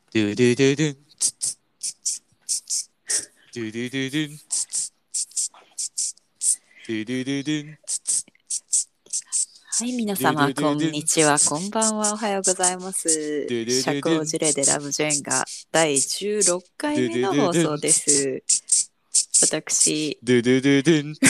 ドゥドゥドゥドゥンツツドゥドゥドゥドゥンツツドゥドゥドゥドゥンツツ。 はい、皆様こんにちは、こんばんは、おはようございます。社交辞令でラブジェーンが第16回目の放送です。私ドゥドゥドゥドゥン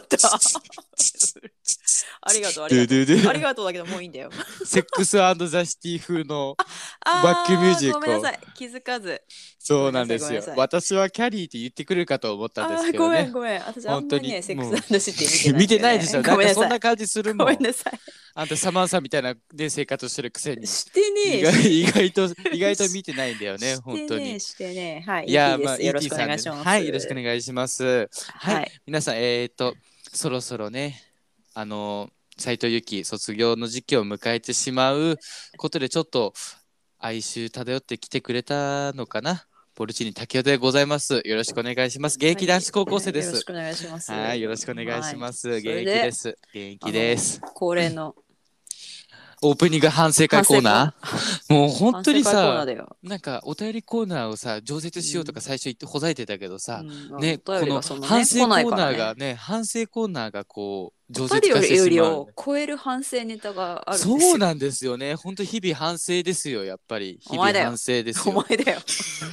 ありがとうありがとうありがとうだけどもういいんだよ。 セックス&ザシティ風のバックミュージックを。 ごめんなさい、気づかず。 そうなんですよ。私はキャリーって言ってくるかと思ったんですけどね。 ごめん私あんまりねセックス&シティ見てないでしょ。なんかそんな感じするもん。 ごめんなさい。 あんたサマンサみたいなで生活してるくせに。 してねえ。 意外と見てないんだよね本当に。 してねはい。 いやまあよろしくお願いします。 はい、よろしくお願いします。はい、皆さんそろそろね斉藤由貴卒業の時期を迎えてしまうことでちょっと哀愁漂ってきてくれたのかな。ポルチーニ竹雄でございます。よろしくお願いします。現役男子高校生です。 よろしくお願いします。 はい、よろしくお願いします。現役です。現役です。 恒例のオープニング反省会コーナー。もう本当にさ、なんかお便りコーナーをさ饒舌しようとか最初言ってほざいてたけどさ、ね、この反省コーナーがね、反省コーナーがこう饒舌化してしまう。 よりを超える反省ネタがあるんですよ。 そうなんですよね。本当日々反省ですよ、やっぱり。日々反省ですよ。 お前だよ。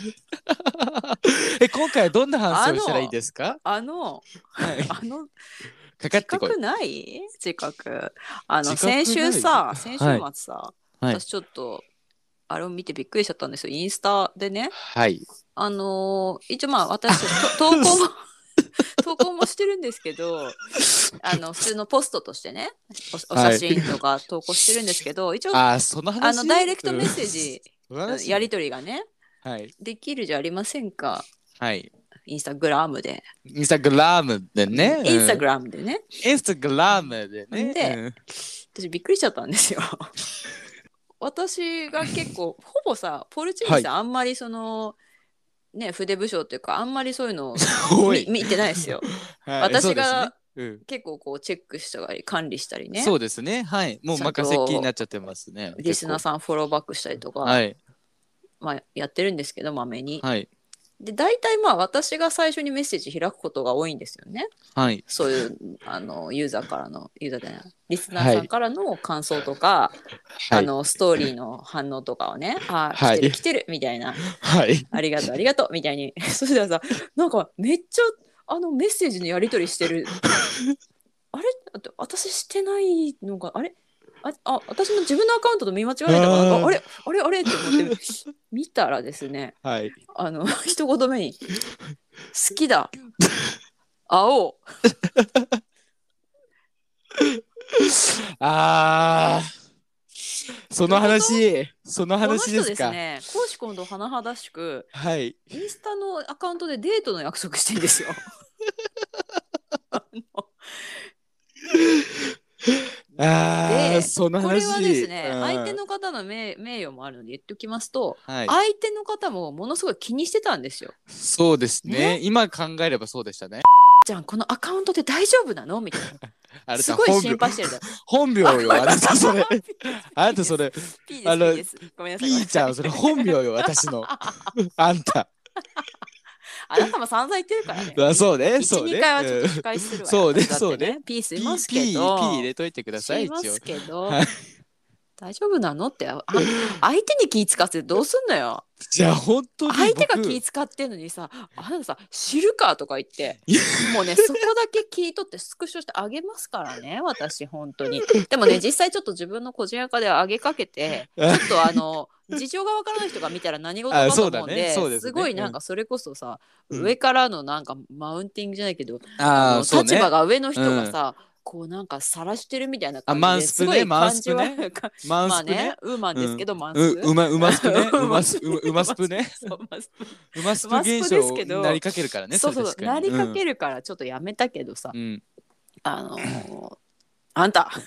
今回はどんな反省をしたらいいですか？かかってこい。 自覚ない自覚。先週末さ、私ちょっとあれを見てびっくりしちゃったんですよ。インスタでね。 はい。 一応まあ私投稿もしてるんですけど、普通のポストとしてね、お写真とか投稿してるんですけど、一応ダイレクトメッセージ、やり取りがね、できるじゃありませんか。 はい。 インスタグラムでね。 インスタグラムでね。 で、私びっくりしちゃったんですよ。私が結構ほぼさ、ポルチーニさんあんまりそのね、筆武将っていうかあんまりそういうの見てないですよ。私が結構こうチェックしたり管理したりね。 そうですね。はい。もう任せっきりになっちゃってますね。 リスナーさんフォローバックしたりとか、まあやってるんですけど、まめに。で大体まあ私が最初にメッセージ開くことが多いんですよね。そういうユーザーじゃないリスナーさんからの感想とか、ストーリーの反応とかをね、来てるみたいな、ありがとうみたいに。そしたらさ、なんかめっちゃメッセージのやり取りしてる。あれ私してないのが私の自分のアカウントと見間違えたかな。あれって思って見たらですね、一言目に好きだ青その話ですか。この人ですね、公私混同甚だしく、インスタのアカウントでデートの約束してるんですよ。 その話これはですね、相手の方の名誉もあるので言っておきますと、相手の方もものすごい気にしてたんですよ。 そうですね。今考えればそうでしたね。 じゃん、このアカウントで大丈夫なのみたいな。すごい心配してる。 本名よ、あなたそれ。あなたそれ。 ピーです。ごめんなさい。 ピーちゃん、それ本名よ、私の。あんた。 あなたも散々言ってるからね。 そうね。 1、2回はちょっと控えするわ。 そうね。 ピースいますけど。 ピー入れといてください、 一応。いますけど。大丈夫なのって、相手に気使ってどうすんのよ。 じゃあ本当に相手が気使ってんのにさ、あなたさ知るかとか言ってもうね、そこだけ聞いとってスクショしてあげますからね、私本当に。でもね、実際ちょっと自分の個人アカで上げかけて、ちょっと事情がわからない人が見たら何事かと思うんで、すごいなんかそれこそさ、上からのなんかマウンティングじゃないけど、立場が上の人がさ、こうなんか晒してるみたいな感じですごい感じはまあね、ウーマンですけど、マンスプウマスプね、ウマスプね、ウマスプ現象になりかけるからね。 そうなりかけるからちょっとやめたけどさ、あんた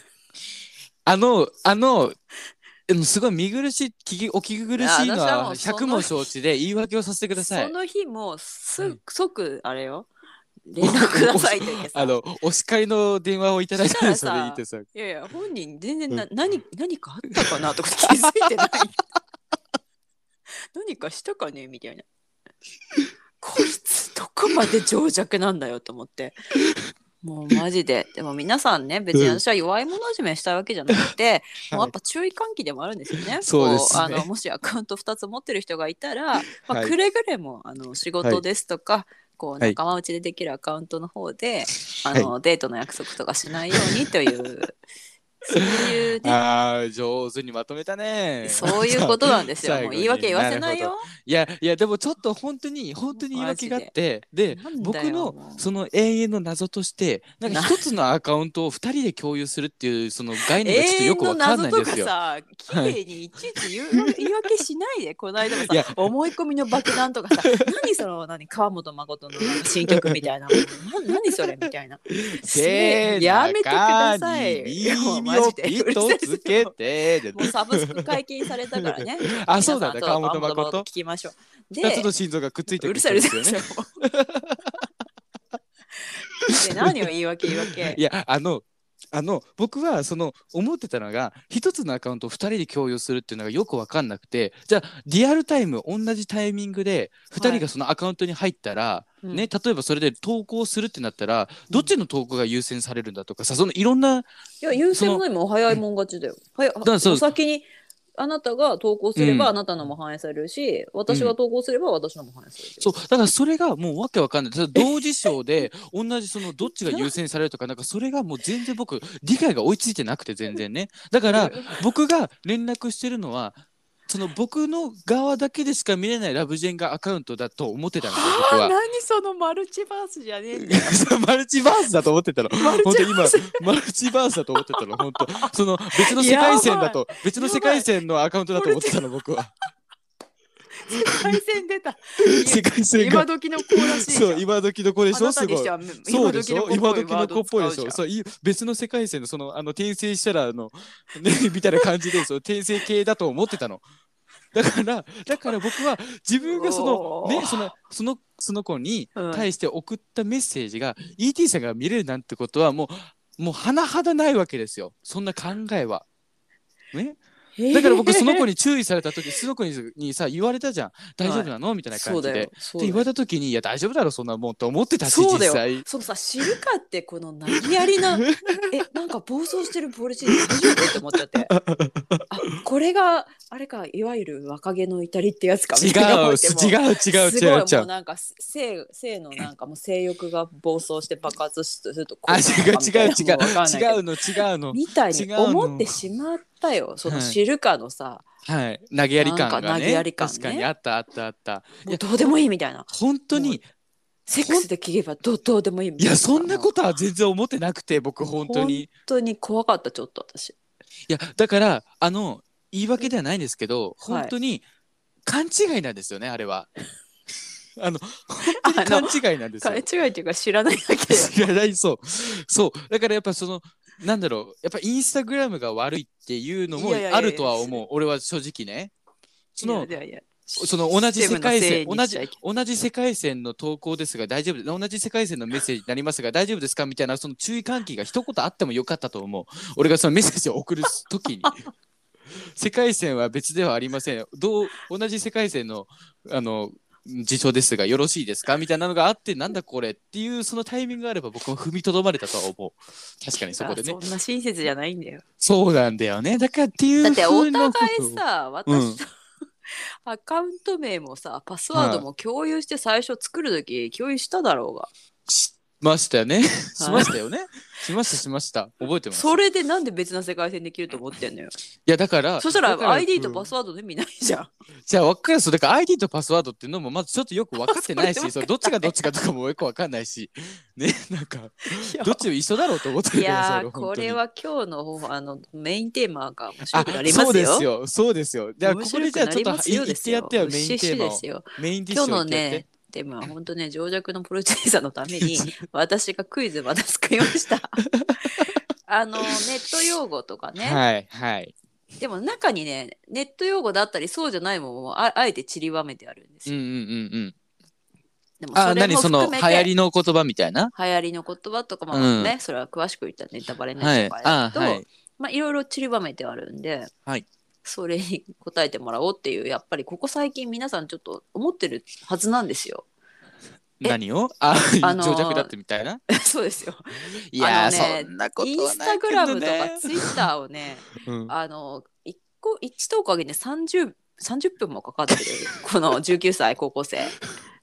すごい見苦しい、お聞き苦しいのは百も承知で言い訳をさせてください。 その日も即あれよ、連絡くださいと言ってさ、 お叱りの電話をいただいたんですよね。 いやいや、本人全然何かあったかなとか気づいてない。 何かしたかねみたいな。こいつどこまで情弱なんだよと思って。もうマジで。でも皆さんね、別に私は弱い者いじめしたいわけじゃなくて、もうやっぱ注意喚起でもあるんですよね。 そうですね。 もしアカウント2つ持ってる人がいたら、くれぐれも仕事ですとか、こう仲間内でできるアカウントの方で、デートの約束とかしないようにというそういうね。 上手にまとめたね。 そういうことなんですよ。もう言い訳言わせないよ。 いやでもちょっと本当に言い訳があって、で僕のその永遠の謎として、なんか一つのアカウントを2人で共有するっていうその概念がちょっとよくわかんないんですよ。 永遠の謎とかさ、綺麗にいちいち言い訳しないで。この間もさ、思い込みの爆弾とかさ、川本誠の新曲みたいな、何それみたいな。やめてください。 耳をピッとつけて。 もうサブスク解禁されたからね。 そうだね、川本誠聞きましょう。 2つの心臓がくっついてるんですよね。で、何を言い訳。 いや僕はその思ってたのが、一つのアカウントを2人で共有するっていうのがよく分かんなくて、じゃあリアルタイム同じタイミングで2人がそのアカウントに入ったら、例えばそれで投稿するってなったら、どっちの投稿が優先されるんだとかさ、そのいろんな。いや、優先もないもん早いもん勝ちだよ。お先にあなたが投稿すればあなたのも反映されるし、私が投稿すれば私のも反映される。 そうだからそれがもうわけわかんない。同時賞で同じそのどっちが優先されるとか、なんかそれがもう全然僕理解が追いついてなくて、全然ね。だから僕が連絡してるのは、その僕の側だけでしか見れないラブジェンガアカウントだと思ってたんですよ、僕は。 何そのマルチバースじゃねえんだよ。 マルチバースだと思ってたの。本当今マルチバースだと思ってたの。本当その別の世界線だと、別の世界線のアカウントだと思ってたの、僕は。 世界線出た。 世界線が今時の子らしい。 そう、今時の子でしょ。すごい。そうでしょ。今時の子っぽいでしょ。そう、別の世界線のその転生したらねみたいな感じで、そう転生系だと思ってたの。だから僕は自分がその子に対して送ったメッセージが ET さんが見れるなんてことはもう甚だないわけですよ、そんな考えは。ね。だから僕その子に注意された時、その子にさ言われたじゃん、大丈夫なのみたいな感じで。って言われた時に、いや大丈夫だろそんなもんと思ってたし、実際。 そのさ、知るかってこの投げやりななんか暴走してるポルチーニ大丈夫って思っちゃって。これがあれか、いわゆる若気の至りってやつかみたいな。違うすごいもうなんか性のなんかもう性欲が暴走して爆発すると違うのみたいに思ってしまったよ、その知るかのさ、 投げやり感がね。確かにあった。 もうどうでもいいみたいな。 本当にセックスで聞けばどうでもいいみたいな。 いやそんなことは全然思ってなくて、僕本当に怖かった、ちょっと私。いやだから言い訳ではないんですけど、本当に勘違いなんですよね、あれは。本当に勘違いなんですよ。 勘違いっていうか知らないだけで。 知らない。そうだからやっぱそのなんだろう、やっぱインスタグラムが悪いっていうのもあるとは思う。俺は正直ね、その同じ世界線、同じ世界線の投稿ですが大丈夫、同じ世界線のメッセージになりますが大丈夫ですかみたいな、その注意喚起が一言あってもよかったと思う。俺がそのメッセージを送る時に世界線は別ではありません、同じ世界線の事象ですがよろしいですかみたいなのがあって、なんだこれっていうそのタイミングがあれば僕も踏みとどまれたとは思う。確かにそこでね。 そんな親切じゃないんだよ。 そうなんだよね。だからっていうだってお互いさ、私と、アカウント名もさパスワードも共有して最初作る時共有しただろうが。 しましたよね。しました。覚えてます。 それでなんで別な世界線できると思ってんのよ。 いやだからそしたら ID とパスワードの意味ないじゃん。 じゃあ分かる。だから ID とパスワードっていうのもまずちょっとよく分かってないし、どっちがどっちかとかもよく分かんないしね、なんかどっちも一緒だろうと思ってる。いやこれは今日のメインテーマが面白くなりますよ。 そうですよ。だからここでじゃあちょっと言ってやってよ、メインテーマを。 メインディッシュを言ってやって。今日のねでも本当ね、情弱のプロチーさんのために私がクイズまだ作りました。ネット用語とかね。でも中にね、ネット用語だったりそうじゃないものもあえて散りばめてあるんですよ。 でもそれも含めて流行りの言葉みたいな。 流行りの言葉とかもね、それは詳しく言ったらネタバレになっちゃうからいろいろ散りばめてあるんで。 それに答えてもらおうっていう、やっぱりここ最近皆さんちょっと思ってるはずなんですよ。 何を情弱だってみたいなそうですよ。 いやそんなことはないけどね。 インスタグラムとかツイッターをね、1投稿上げて30分もかかってるこの19歳高校生。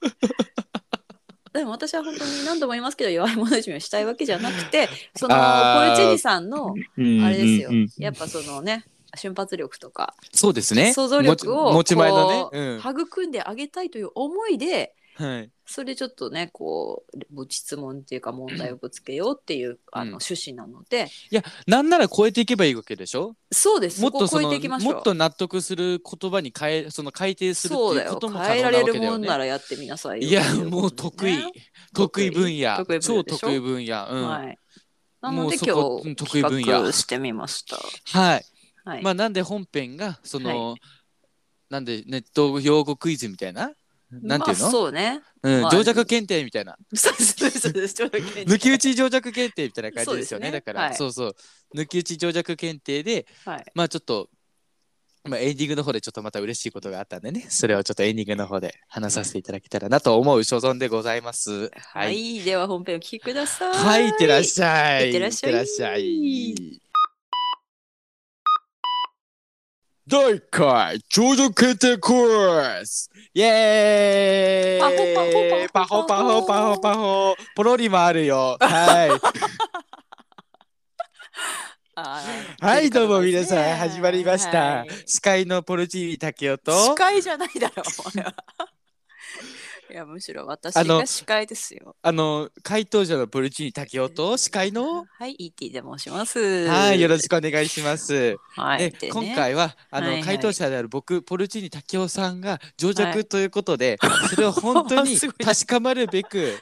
でも私は本当に何度も言いますけど、弱い者いじめをしたいわけじゃなくて、そのポルチェニさんのあれですよ、やっぱそのね、瞬発力とか、 そうですね、 想像力を持ち前のね、 育んであげたいという思いで、 はい、 それちょっとねこう質問っていうか問題をぶつけようっていう趣旨なので、 いやなんなら超えていけばいいわけでしょ。 そうです。 もっとそこ超えていきましょう。 もっと納得する言葉に改定するっていうことも可変えら能なわけだよね。 れるもんならやってみなさいよ。 いやもう得意分野、超得意分野、 はい。なので今日企画してみました。 はい。まあなんで本編がその、なんでネット用語クイズみたいな、なんていうの？ そうね。 情弱検定みたいな。 そうです。 抜き打ち情弱検定みたいな感じですよね。だからそうそう抜き打ち情弱検定で、まあちょっとエンディングの方でちょっとまた嬉しいことがあったんでね、それをちょっとエンディングの方で話させていただけたらなと思う所存でございます。 はい、では本編お聞きください。 はい、いってらっしゃい。 いってらっしゃい。 第1回情弱検定コース、イエーイ、パホパホパホパホポロリもあるよ。はいはいどうも皆さん始まりました、司会のポルチーニ竹雄と。 司会じゃないだろいやむしろ私が司会ですよ。 回答者のポルチーニ竹雄と司会の ET で申します。 はい、よろしくお願いします。 で今回は回答者である僕ポルチーニ竹雄さんが情弱ということで、それを本当に確かめるべく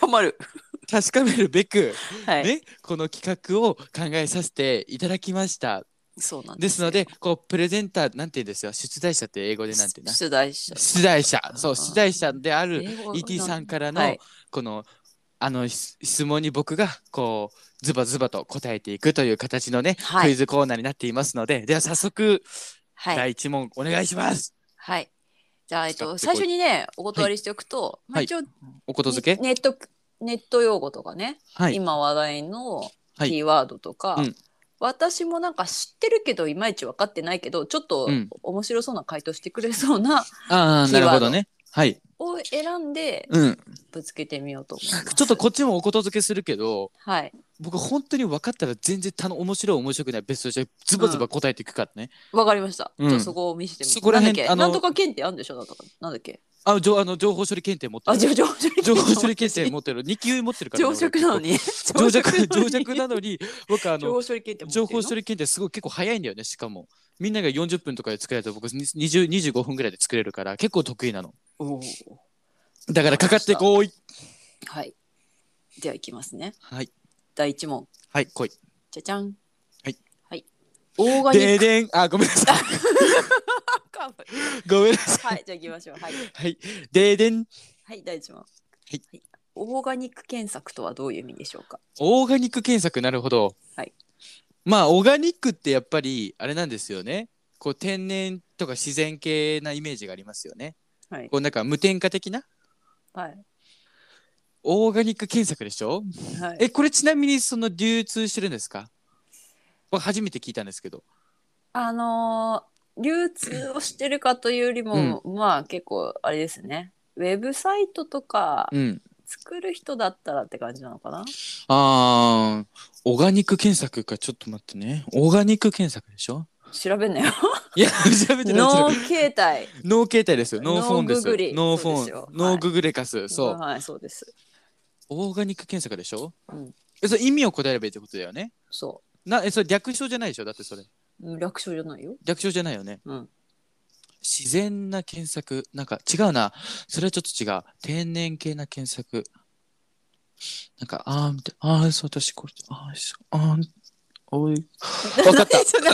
ね、この企画を考えさせていただきました。 そうなんですのでこうプレゼンターなんて言うんですよ、出題者って英語でなんていうの？ 出題者そう出題者である ET さんからのこの質問に僕がこうズバズバと答えていくという形のね、クイズコーナーになっていますので、では早速、第1問お願いします。 はい、じゃあ最初にねお断りしておくと、一応おことづけネット用語とかね、今話題のキーワードとか、私もなんか知ってるけどいまいち分かってないけどちょっと面白そうな回答してくれそうなキーワードを選んでぶつけてみようと思います。 ちょっとこっちもおことづけするけど、僕本当に分かったら全然面白くない別としてズバズバ答えていくからね。 分かりました。じゃあそこを見せてみて。そこら辺なんとか検定あるんでしょ。なんだっけ。 情報処理検定持ってる。情報処理検定持ってる。2級持ってるから。 情弱なのに。 情弱なのに僕情報処理検定情報処理検定すごい結構早いんだよね。しかもみんなが40分とかで作れると僕25分ぐらいで作れるから結構得意なの。だからかかってこい。 はい。ではいきますね。 はい。 第1問。 はい、来い。 じゃじゃん。 はい。 はい。オーガニック。 ででん。ごめんなさい。ごめんなさい。 はい、じゃあ行きましょう。はい。 はい。ででん。 はい、第1問。 はい。 オーガニック検索とはどういう意味でしょうか。 オーガニック検索、なるほど。 はい。 まあオーガニックってやっぱりあれなんですよね。こう天然とか自然系なイメージがありますよね。 はい。 こうなんか無添加的な。 はい。 オーガニック検索でしょ。はい。これちなみにその流通してるんですか。僕初めて聞いたんですけど。 流通をしてるかというよりも、まあ結構あれですね。ウェブサイトとか作る人だったらって感じなのかな。 オーガニック検索か、ちょっと待ってね。オーガニック検索でしょ。 調べんなよ。 いや調べてない。 ノー携帯。 ノー携帯ですよ。ノーフォンです。ノーフォン。ノーググレカス。そう。 はい、そうです。 オーガニック検索でしょ。それ意味を答えればいいってことだよね。 そう。 それ略称じゃないでしょ。だってそれ。 略称じゃないよ。 略称じゃないよね。自然な検索、なんか違うな。それはちょっと違う。天然系な検索。なんかそう私これおい分かったそ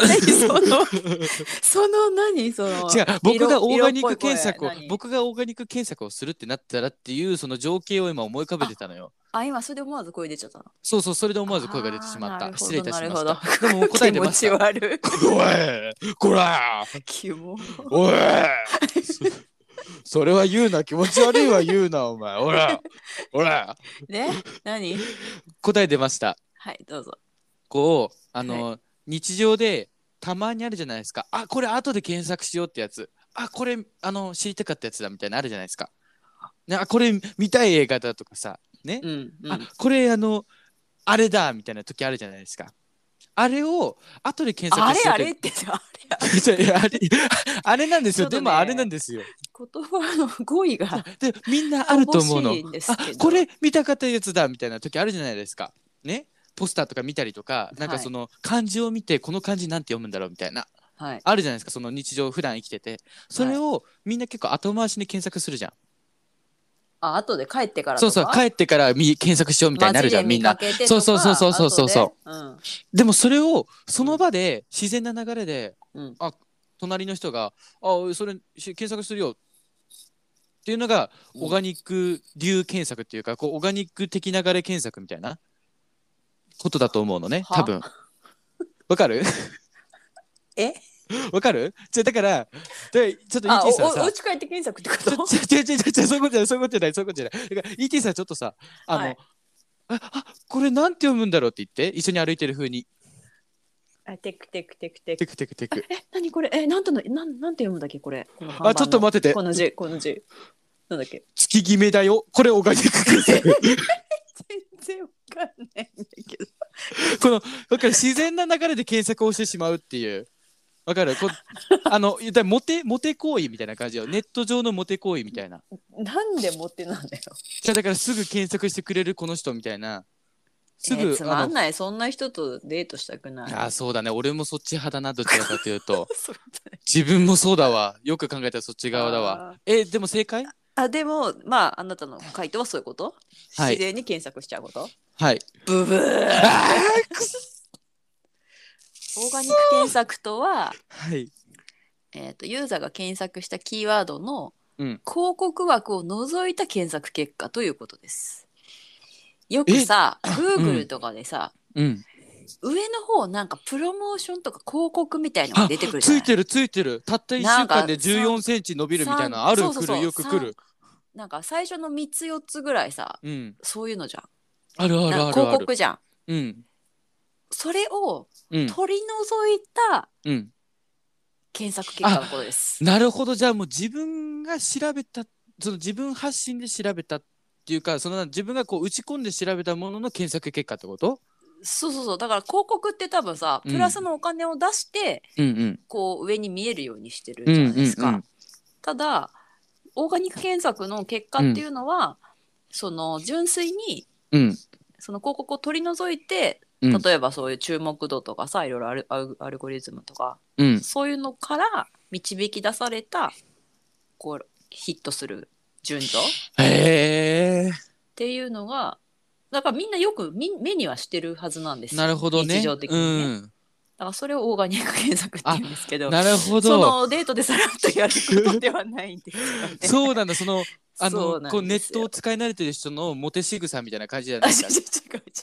の何その違う、僕がオーガニック検索をするってなったらっていうその情景を今思い浮かべてたのよ。 今それで思わず声出ちゃったの。 そうそう、それで思わず声が出てしまった。失礼いたしました。でも答え出ました。 気持ち悪い。 こらキモ。 おいそれは言うな、気持ち悪いわ言うなお前。ほらね、何？ 答え出ました。 はい、どうぞ。 こう日常でたまにあるじゃないですか。これ後で検索しようってやつ。これ知りたかったやつだみたいなのあるじゃないですか。これ見たい映画だとかさね、これあれだみたいな時あるじゃないですか。あれを後で検索してあれあれなんですよ。でもあれなんですよ。 言葉の語彙がでみんなあると思うの。これ見たかったやつだみたいな時あるじゃないですかね。ポスターとか見たりとか、なんかその漢字を見てこの漢字なんて読むんだろうみたいな、あるじゃないですか。その日常普段生きててそれをみんな結構後回しに検索するじゃん。 後で帰ってからとか。 そう帰ってから検索しようみたいになるじゃんみんな。そう、でもそれをその場で自然な流れで、隣の人がそれ検索するよっていうのがオーガニック流検索っていうか、こうオーガニック的流れ検索みたいなことだと思うのね、多分。わかる？わかる？だからちょっと ET さんさ、 お家帰って検索ってこと？ そういうことじゃないだから ET さんちょっとさこれなんて読むんだろうって言って一緒に歩いてる風に。 テク。何これ？なんて読むんだっけこれ？ちょっと待ってて。 この字なんだっけ？ 月決めだよ。これオーガニック検索。 全然わかんないんだけど。 だから自然な流れで検索をしてしまうっていう。わかる？モテ行為みたいな感じよ。ネット上のモテ行為みたいな。 なんでモテなんだよ。 だからすぐ検索してくれるこの人みたいな。すぐつまんない。そんな人とデートしたくない。 そうだね。俺もそっち派だな、どちらかというと。自分もそうだわ。よく考えたらそっち側だわ。でも正解？ でもあなたの回答はそういうこと？自然に検索しちゃうこと？ はい。 ブブー。オーガニック検索とは、ユーザーが検索したキーワードの広告枠を除いた検索結果ということです。よくさ、Google とかでさ、上の方なんかプロモーションとか広告みたいなのが出てくるじゃない？ ついてる。たった1週間で14センチ伸びるみたいなよく来る。 なんか最初の3つ4つぐらいさ、そういうのじゃん。 ある広告じゃん。それを取り除いた検索結果のことです。 なるほど。じゃあもう自分が調べた、その自分発信で調べたっていうか、その自分がこう打ち込んで調べたものの検索結果ってこと？ そうだから広告って多分さ、プラスのお金を出して、こう上に見えるようにしてるじゃないですか。ただオーガニック検索の結果っていうのは、その純粋に、その広告を取り除いて、例えばそういう注目度とかさ、いろいろアルゴリズムとか、そういうのから導き出されたこうヒットする順序っていうのが、だからみんなよく目にはしてるはずなんですよ。 なるほどね。 日常的にね。だからそれをオーガニック検索って言うんですけど、 なるほど。 そのデートでさらっとやることではないんですよね。 そうなんだ。こうネットを使い慣れてる人のモテ仕草みたいな感じじゃないですか。違う。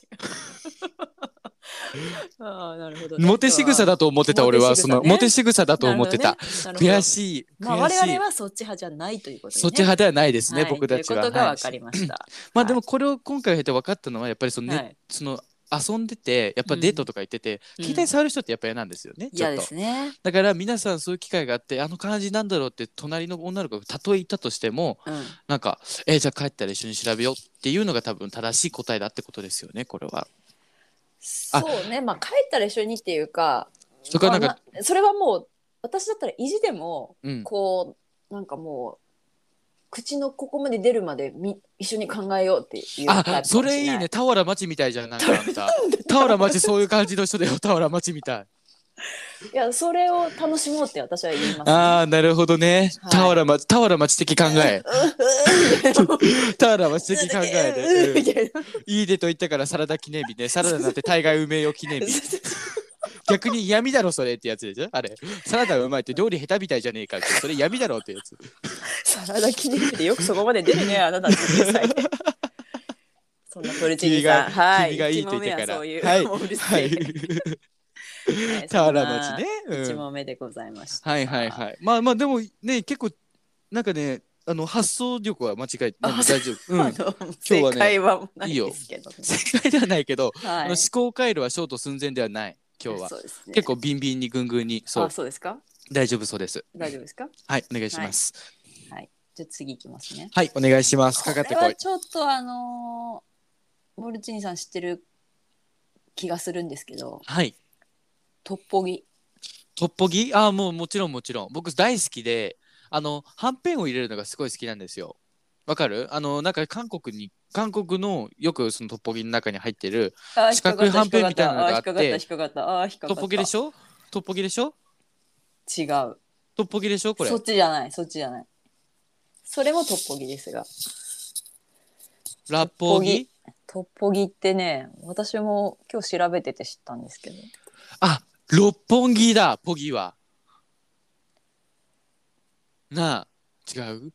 なるほど、 モテ仕草だと思ってた。俺はそのモテ仕草だと思ってた。悔しい。 我々はそっち派じゃないということでね。 そっち派ではないですね、僕たちは。 ということが分かりました。 でもこれを今回経て分かったのはやっぱりその遊んでてやっぱデートとか行ってて、携帯触る人ってやっぱ嫌なんですよね。 嫌ですね。 だから皆さんそういう機会があって、漢字なんだろうって隣の女の子がたとえ言ったとしても、なんかじゃあ帰ったら一緒に調べようっていうのが多分正しい答えだってことですよね、これは。 そうね。帰ったら一緒にっていうか、それはもう私だったら意地でも、こうなんかもう口のここまで出るまで一緒に考えようっていうタイプかもしれない。 それいいね。俵町みたいじゃん。なんかあんた俵町そういう感じの人だよ。俵町みたい。 いや、それを楽しもうって私は言います、ね。 なるほどね。俵町的考え。俵町的考えで。いいでと言ったからサラダ記念日ね。サラダなんて大概梅よ記念日。 逆に闇だろそれってやつでしょ。あれサラダうまいって料理下手みたいじゃねえかって、それ闇だろってやつ。 サラダ記念日でよくそこまで出るね、あなたって天才で。そんなポルチーニさん、はい、 君がいいって言ってから、 そういう、 はい、 もううるせえ。 田原町ね、 1問目でございました。 はいはいはい。まあまあでもね、結構なんかね、発想力は間違えて大丈夫。今日はね、正解はないですけど、ね、 正解ではないけど、思考回路はショート寸前ではない。今日は、ね、結構ビンビンにぐんぐんに、 そうですか。 大丈夫そうです。 大丈夫ですか。 はい、お願いします。 はい、じゃあ次いきますね。 はい、お願いします。かかってこい。 これはちょっとモルチーニさん知ってる気がするんですけど、 はい。 トッポギ。 トッポギ？もちろん僕大好きで、はんぺんを入れるのがすごい好きなんですよ。わかる？なんか韓国のよくそのトッポギの中に入ってる四角いはんぺんみたいなのがあって、トッポギでしょ？トッポギでしょ？ 違う。 トッポギでしょこれ？ そっちじゃない。それもトッポギですが。 ラッポギ？ トッポギってね、私も今日調べてて知ったんですけど。 六本木だ、ポギは。なあ、違う？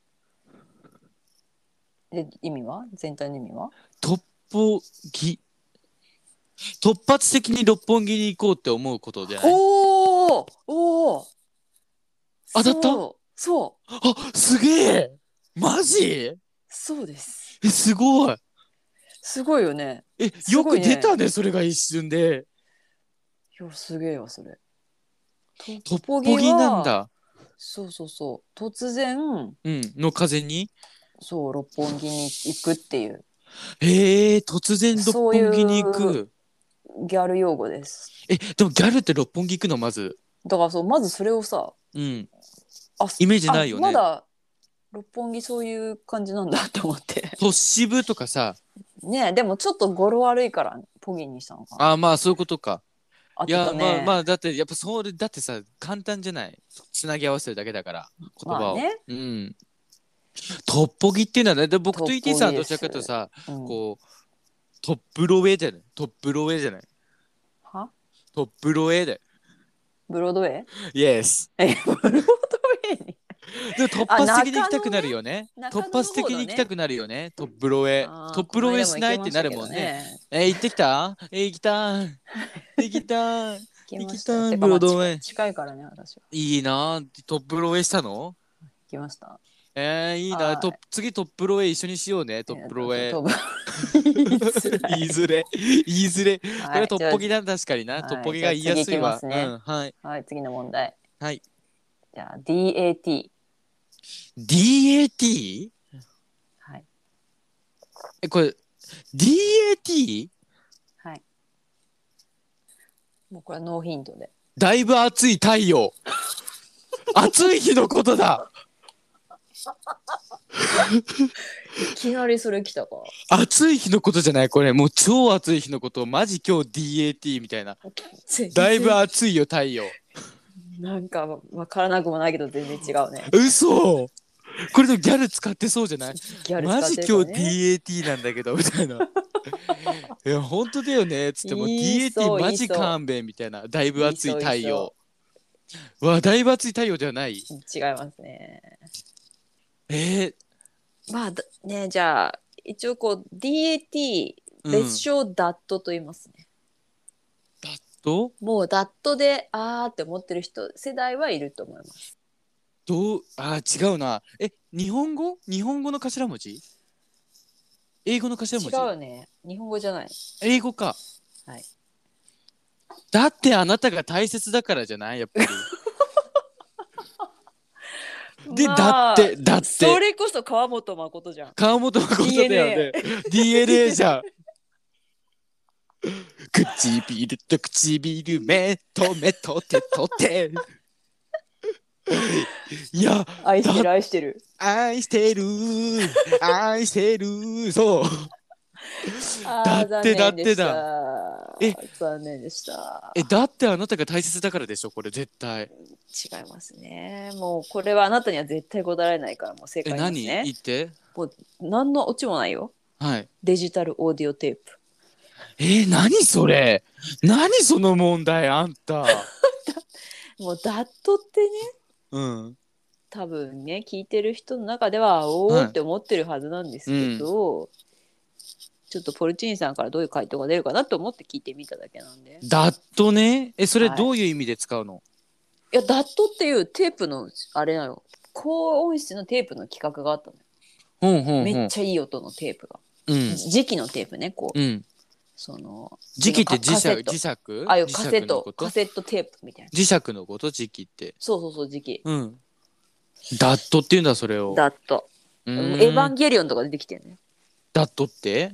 で、意味は？全体の意味は？ トッポギ。突発的に六本木に行こうって思うことじゃない？ おー当たった？ そう。 すげえ。マジ？ そうです。 すごい。 すごいよね。 よく出たね、それが一瞬で。 いや、すげえよ、それ。 トッポギなんだ。 そう。突然、 の風に？ そう、六本木に行くっていう。 突然六本木に行く。 ギャル用語です。 でもギャルって六本木行くのまず。 だからまずそれをさ、 イメージないよね。 まだ六本木そういう感じなんだって思って。 都市部とかさ。 ね、でもちょっと語呂悪いからポギにしたのかな。 まあそういうことか。 いや、 まあだってやっぱだってさ、簡単じゃない。つなぎ合わせるだけだから言葉を。トッポギっていうのはね、で僕と ET さんどちらかとさ、こうトップロウェイじゃない？トップロウェイじゃない？ は？ トップロウェイで。 ブロードウェイ？ イエス。 ブロードウェイに。 でも突発的に行きたくなるよね。突発的に行きたくなるよね。トップロウェイ。トップロウェイしないってなるもんね。行ってきた？行きたい。行きたい。行きたい。ブロードウェイ。 近いからね、私は。 いいな。トップロウェイしたの？ 行きました。 いいな。次トップロウェイ一緒にしようね。トップロウェイ。言いづれ。これはトッポギなん確かにな。トッポギが言いやすいわ。 はい、次の問題。 はい。 じゃあ DAT。 DAT？ はい。 これ DAT？ はい。もうこれはノーヒントで。 だいぶ暑い太陽。暑い日のことだ。 いきなりそれ来たか。 暑い日のことじゃないこれ。もう超暑い日のこと。マジ今日 DAT みたいな。だいぶ暑いよ太陽。 なんか分からなくもないけど全然違うね。 嘘。これでもギャル使ってそうじゃない？ ギャルマジ今日 DAT なんだけどみたいな。いや本当だよねつっても DAT マジ勘弁みたいな。だいぶ暑い太陽。だいぶ暑い太陽ではない？違いますね。まあね、じゃあ一応こう DAT 別称ダットと言いますね。 ダット？ もうダットでって思ってる人世代はいると思います。 違うな。日本語の頭文字？英語の頭文字？ 違うね。日本語じゃない。 英語か。 はい。 だってあなたが大切だからじゃないやっぱり。で、だってそれこそ川本誠じゃん。 川本誠だよね。DNA じゃん。唇と唇、目と目と手と手。いや、 愛してる。 そう。だってだ。 残念でした。 だってあなたが大切だからでしょこれ絶対。 違いますね。もうこれはあなたには絶対答えられないからもう正解ですね。 何言って？ もう何のオチもないよ。 はい。 デジタルオーディオテープ。 何それ、何その問題あんた。 もうダットってね、 うん。 多分ね聞いてる人の中ではおおって思ってるはずなんですけど、ちょっとポルチーニさんからどういう回答が出るかなと思って聞いてみただけなんで。 ダットね。それはい、 どういう意味で使うの？ いやダットっていうテープのあれなの、高音質のテープの企画があったのよ。 ほんほんほん。 めっちゃいい音のテープが、 うん。 磁気のテープね、こう、 うん。 その磁気ってカセット、 磁石ああいう磁カセット石のこと？ カセットテープみたいな。 磁石のこと？磁気って。 そうそうそう、磁気。 うん。ダットっていうんだそれを。 ダット。 うエヴーん。 ァンゲリオンとか出てきてるね。 ダットって？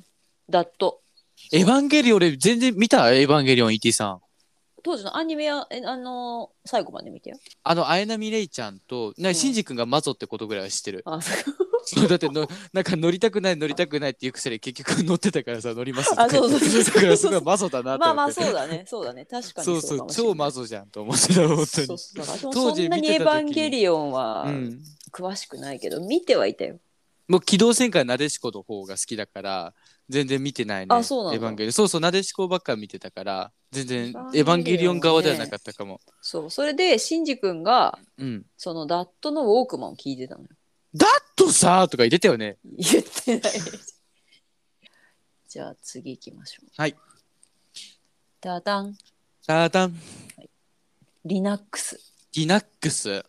ダット。 エヴァンゲリオン俺全然見た？エヴァンゲリオン ET さん。 当時のアニメは最後まで見てよ。 綾波レイちゃんとシンジ君がマゾってことぐらいは知ってる。 あ、そうそうだってなんか乗りたくない乗りたくないっていうくせに結局乗ってたからさ乗りますとかあ、そうそうそうだからすごいマゾだなとまあまあ思って。 そうだね、そうだね、確かにそうそう、 そうかもしれない。 超マゾじゃんと思ってた本当に。 そうそう、だからでも当そんなに時見てたエヴァンゲ時に、 リオンはうん詳しくないけど見てはいたよ。 もう機動戦艦なでしこの方が好きだから全然見てないあ、 ね。 そうなんだ。 エヴァンゲリオン、そうそう、なでしこばっか見てたから全然エヴァンゲリオンエヴァンゲリオンね側ではなかったかも。 そう、それでシンジ君がうん。 そのダットのウォークマンを聞いてたのよ。 だとさーとか言ってたよね。 言ってない。じゃあ次行きましょう。 はい。 ダダン。 ダダン。 リナックス。 ディナックス。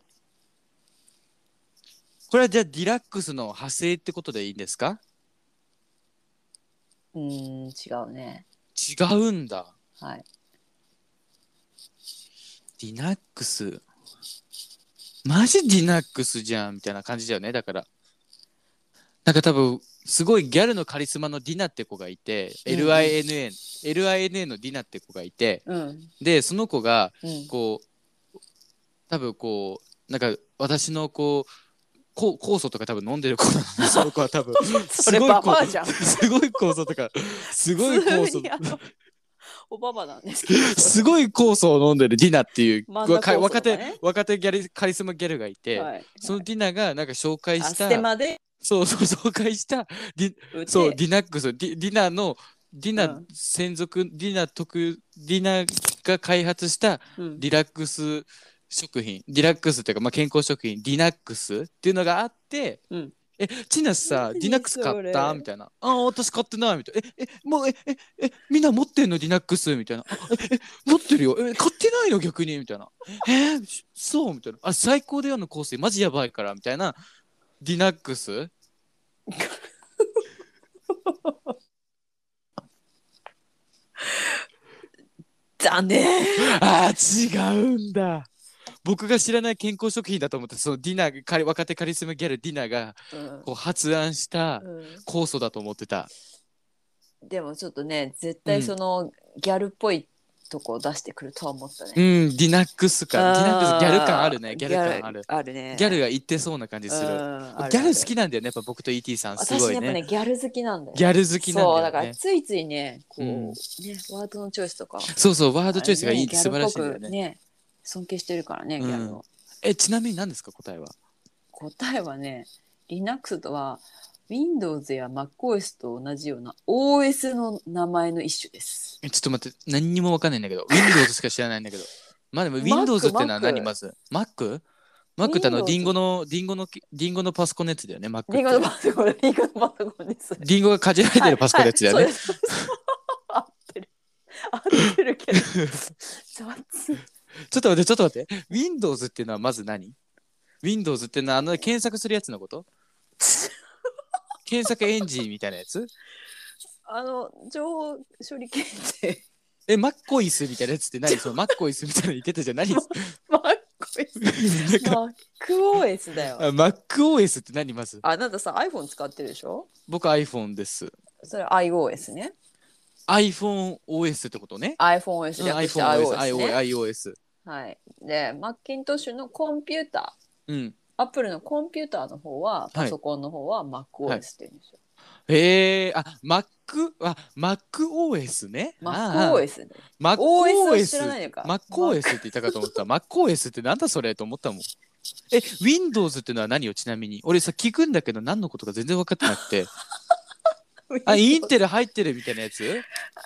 これはじゃあディラックスの派生ってことでいいんですか？ 違うね。 違うんだ。 はい。 ディナックス。マジディナックスじゃんみたいな感じだよね。だからなんか多分すごいギャルのカリスマのディナって子がいて、 うんうん、 LINA のディナって子がいて、 うん、 でその子がうん、 こう多分こうなんか私のこう酵素とか多分飲んでる子なのでその子は多分それババアじゃん。 すごい酵素とかすごい酵素おばばなんですけどすごい酵素を飲んでるディナっていう、 漫画酵素とかね、 若手カリスマギャルがいて、 はい、 そのディナがなんか紹介したステマでそう紹介したそうディナックスディナのディナ専属、ディナが開発したリラックス食品、ディラックスっていうか、まあ、健康食品ディナックスっていうのがあって、チナさディナックス買ったみたいな。私買ってないみたいな。もうみんな持ってんのディナックスみたいな。持ってるよ。買ってないの逆にみたいな。そうみたいな。最高だよの香水マジやばいからみたいな。ディナックス残念。 違うんだ。僕が知らない健康食品だと思って、そのディナ若手カリスマギャルディナがこう発案した酵素だと思ってた。 でもちょっとね絶対そのギャルっぽいとこを出してくるとは思ったね。 ディナックスか。ディナックスギャル感あるね。ギャル感ある。 あるね。 ギャルが言ってそうな感じする。ギャル好きなんだよね。やっぱ僕と ET さんすごいね。 私やっぱねギャル好きなんだよ。 ギャル好きなんだよね。 そうだからついついねこうねワードのチョイスとか。 そうそうワードチョイスがいい、素晴らしいんだよね。 尊敬してるからねギャルを。 ちなみに何ですか答えは？ 答えはね Linux とはWindows や MacOS と同じような OS の名前の一種です。 ちょっと待って、何にも分かんないんだけど Windows しか知らないんだけどまあでも Windows ってのは何まず Mac ってリンゴのパソコンのやつだよね。Mac ってリンゴのパソコンです。 リンゴがかじられてるパソコンのやつだよね。 合ってるけど雑。 ちょっと待って Windows っていうのはまず何？ Windows っていうのは検索するやつのこと？検索エンジンみたいなやつ？ 情報処理系でマッコイスみたいなやつって何？そのマッコイスみたいなの言ってたじゃん。何？ マック OS だよ。 マック OS って何まず？ あなたさ iPhone 使ってるでしょ？ 僕 iPhone です。 それ iOS ね。 iPhoneOS ってことね。 iPhoneOS 略して iOS ね。 iOS。 はい。で、マッキントッシュのコンピューター、アップルのコンピューターの方は、パソコンの方は MacOS って言うんですよ。 MacOS ね。 MacOS ね。 MacOS 知らないのか。 MacOS って言ったかと思った。MacOS ってなんだそれと思ったもん。Windows ってのは何よちなみに。俺さ聞くんだけど何のことか全然分かってなくて。 あ、インテル入ってるみたいなやつ？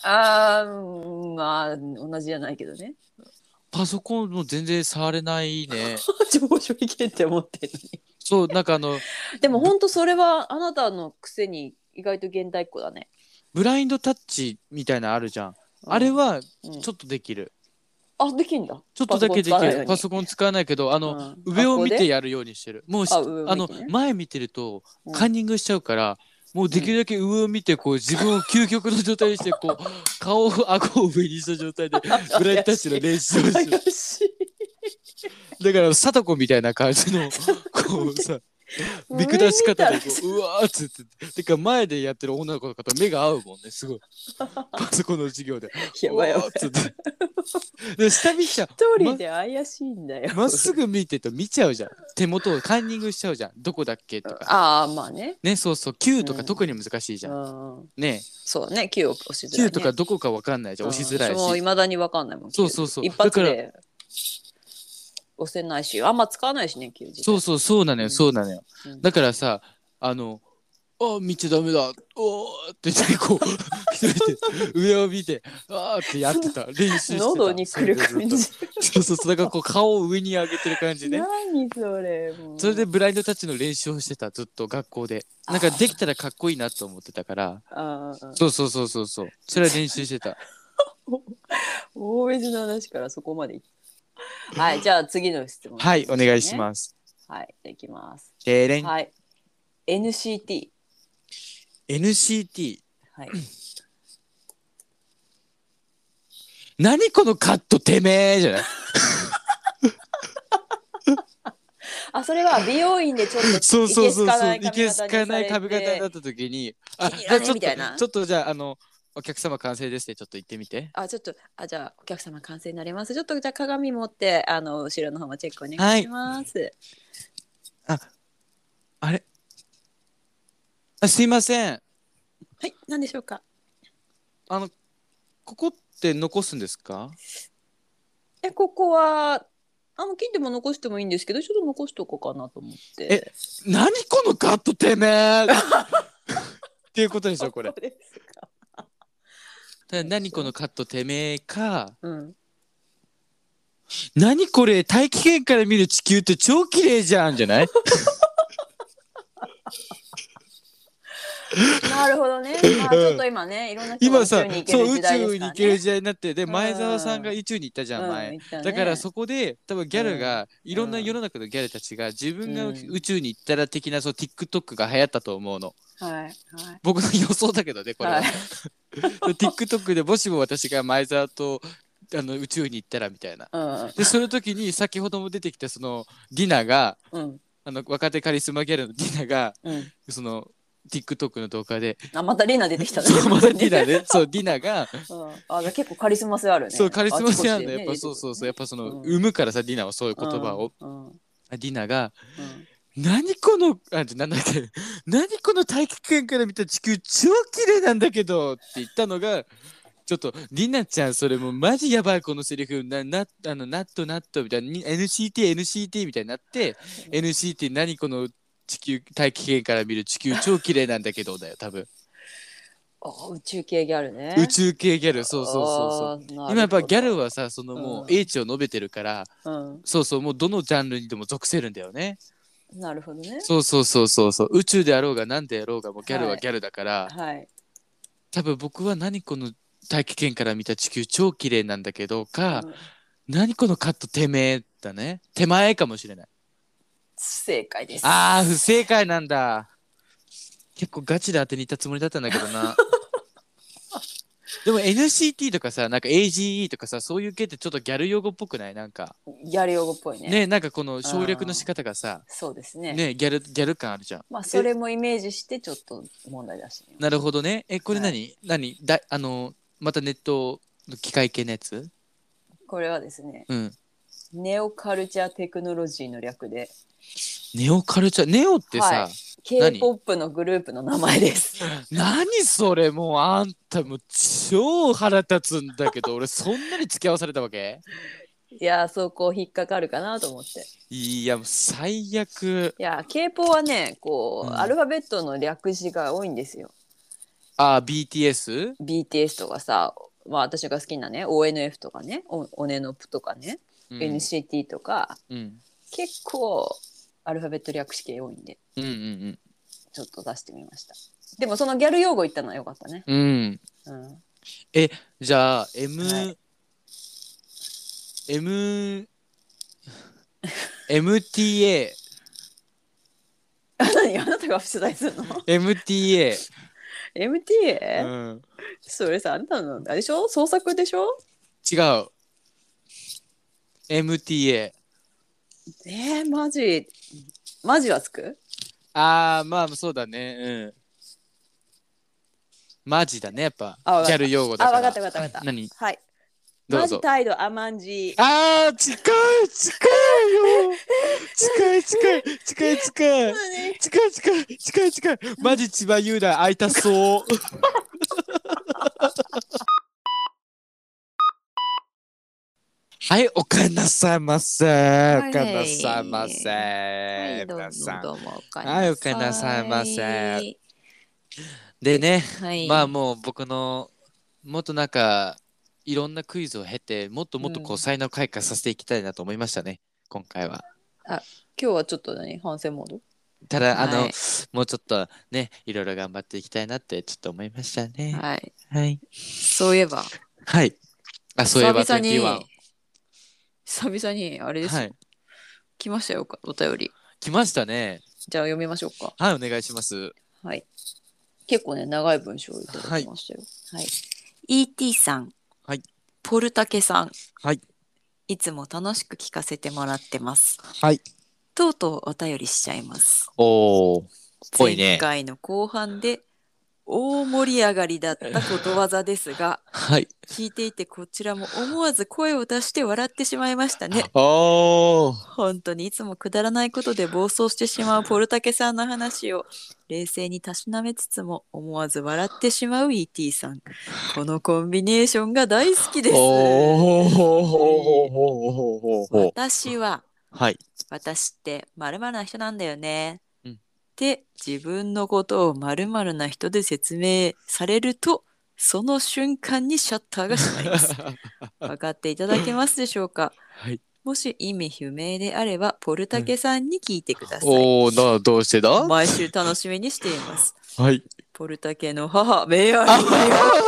まあ同じじゃないけどね。 パソコンも全然触れないね。 上昇いけって思ってるのに。 そう、なんかでも本当それはあなたのくせに意外と現代っ子だね。 ブラインドタッチみたいなのあるじゃん。あれはちょっとできる。 できんだ。 ちょっとだけできる。パソコン使わないけど、上を見てやるようにしてる。もう前見てるとカンニングしちゃうから、もうできるだけ上を見て、こう自分を究極の状態にして、こう顎を上にした状態でブラインドタッチの練習をする。だから貞子みたいな感じのこうさ。見下し方でこう、うわーっつって、てか前でやってる女の子の方目が合うもんね、すごい。パソコンの授業で。 やばいやばい。 で下見ちゃう。 一人で怪しいんだよ。 まっすぐ見てと見ちゃうじゃん。手元をカンニングしちゃうじゃん。どこだっけとか。 まあね。 ね、そうそう。Q とか特に難しいじゃん。ね。 そうね、Q を押しづらい。 Q とかどこかわかんないじゃん。押しづらいし。 もう未だにわかんないもん。 そうそうそう。 一発で押せないし、あんま使わないしね、Q 自体。 そうなのよ、そうなのよ。だからさ、見ちゃダメだ、おーって言ってこう一人で上を見てってやってた、練習してた。 喉にくる感じ。 そうだからこう顔を上に上げてる感じね。 何それもう。 それでブラインドタッチの練習をしてた、ずっと学校で。なんかできたらかっこいいなと思ってたから。そうそれは練習してた。 大別の話からそこまでいった。はい、じゃあ次の質問、 はい、お願いします。 はい、いきます。 はい、 NCT。はい。 何このカットてめえじゃない？ それは美容院でちょっといけすかない髪型になった時に、ちょっとじゃあお客様完成ですね、ちょっと言ってみて。 じゃあお客様完成になります。ちょっとじゃあ鏡持って後ろの方もチェックお願いします。 あれ、すいません。はい、 何でしょうか。 ここって残すんですか？ ここは切っても残してもいいんですけど、ちょっと残しとこうかなと思って。 何このカットてめえっていうことでしょこれ。何このカットてめえか、何これ大気圏から見る地球って超綺麗じゃんじゃない？ なるほどね。ちょっと今ね、いろんな人が宇宙に行ける時代ですからね。 宇宙に行ける時代になって、で前澤さんが宇宙に行ったじゃん、前。だからそこで多分ギャルが、いろんな世の中のギャルたちが自分が宇宙に行ったら的なTikTok が流行ったと思うの。僕の予想だけどね、これは。TikTok でもしも私が前澤と宇宙に行ったらみたいな。でその時に先ほども出てきたそのディナが、若手カリスマギャルのディナが、そのTikTok の動画で、 またリナ出てきたね。 そう、またディナね。そう、ディナが、 結構カリスマ性あるね。 そう、カリスマ性あるの。やっぱやっぱ生むからさ、ディナはそういう言葉を。ディナが、何この、なんだっけ、何この大気圏から見た地球超綺麗なんだけどって言ったのが、ちょっとリナちゃんそれもマジやばい、このセリフナットみたいな NCT みたいになって、NCT 何この地球大気圏から見る地球超綺麗なんだけどだよ多分。 宇宙系ギャルね。 宇宙系ギャル、そう今やっぱギャルはさ、もう英知を述べてるから、もうどのジャンルにでも属せるんだよね。 なるほどね。 宇宙であろうが何であろうがもうギャルはギャルだから、多分僕は何この大気圏から見た地球超綺麗なんだけどか、何このカットてめえだね。手前かもしれない。 不正解です。 不正解なんだ。結構ガチで当てに行ったつもりだったんだけどな。でも NCT とかさ、なんか AGE とかさ、そういう系ってちょっとギャル用語っぽくない？なんかギャル用語っぽいね。 なんかこの省略の仕方がさ、 そうですね。 ギャル感あるじゃん。 それもイメージしてちょっと問題出してみます。 なるほどね。これまたネットの機械系のやつ？ これはですね、ネオカルチャーテクノロジーの略で。 ネオカルチャー、ネオってさ、 K-POP のグループの名前です。 何それ、もうあんたもう超腹立つんだけど、俺そんなに付き合わされたわけ？ いや、そうこう引っかかるかなと思って。 いやもう最悪。 いや、K-POP はね、アルファベットの略詞が多いんですよ。 あ、BTS？ BTS とかさ、まあ私が好きなね ONF とかね、オネノプとかね、 うん、 NCT とか、 うん、 結構アルファベット略式多いんで、 うん、 ちょっと出してみました。でもそのギャル用語言ったのはよかったね。 うん。 うん。 じゃあ、 はい、 MTA。 何あなたが出題するの？ MTA。う MTA？ ん。 それさ、あなたのあれでしょ、創作でしょ？ 違う。MTA。 マジマジはつく？ ああ、まあそうだね。うん。マジだね、やっぱ。 あ、わかった。 ギャル用語だあ、 から。 わかったわかったわかった。 何？ はい。マジどうぞ。 態度甘んじ。 ああ、近い、近いよ。近い、近い、近い、近い。 何？ 近い、近い、近い、近い。マジ千葉雄大、会いたそう。はい、おかえりなさいませ。おはかえりなさいまい。はせ。 い、どうも皆さん。 どうもおかえりはい、 なおかえりなさいさませ。 い。 でね、 はい。 まあもう僕のもっとなんかいろんなクイズを経てもっともっとこううん。 才能開花させていきたいなと思いましたね、今回は。 あ、今日はちょっと何反省モード？ ただはい。 もうちょっとね、いろいろ頑張っていきたいなってちょっと思いましたね。 はい。 はい。 そういえば、 はい。あ、そういえ久ば 々に、 21。 あれですよ。 はい。 来ましたよ、お便り。 来ましたね。 じゃあ読みましょうか。 はい、お願いします。 はい。結構ね、長い文章をいただはい。 きましたよ。はい。ET さん、 はい。 ポルタケさん、 はい。 いつも楽しく聞かせてもらってます。 はい。 とうとうお便りしちゃいます。 おー、ぽい前ね。 回の後半で大盛り上がりだったことわざですが、 はい。 聞いていてこちらも思わず声を出して笑ってしまいましたね。 おー。 本当にいつもくだらないことで暴走してしまうポルタケさんの話を冷静にたしなめつつも思わず笑ってしまう ET さん。このコンビネーションが大好きです。 おいい。 ー。 私は、 はい。 私って〇〇な人なんだよね。 うん。 って自分のことを〇〇な人で説明されると、その瞬間にシャッターが閉まります。分かっていただけますでしょうか？ はい。 もし意味不明であれば、ポルタケさんに聞いてください。 おー、どうしてだ？ 毎週楽しみにしています。 はい。 ポルタケの母、メアあリー。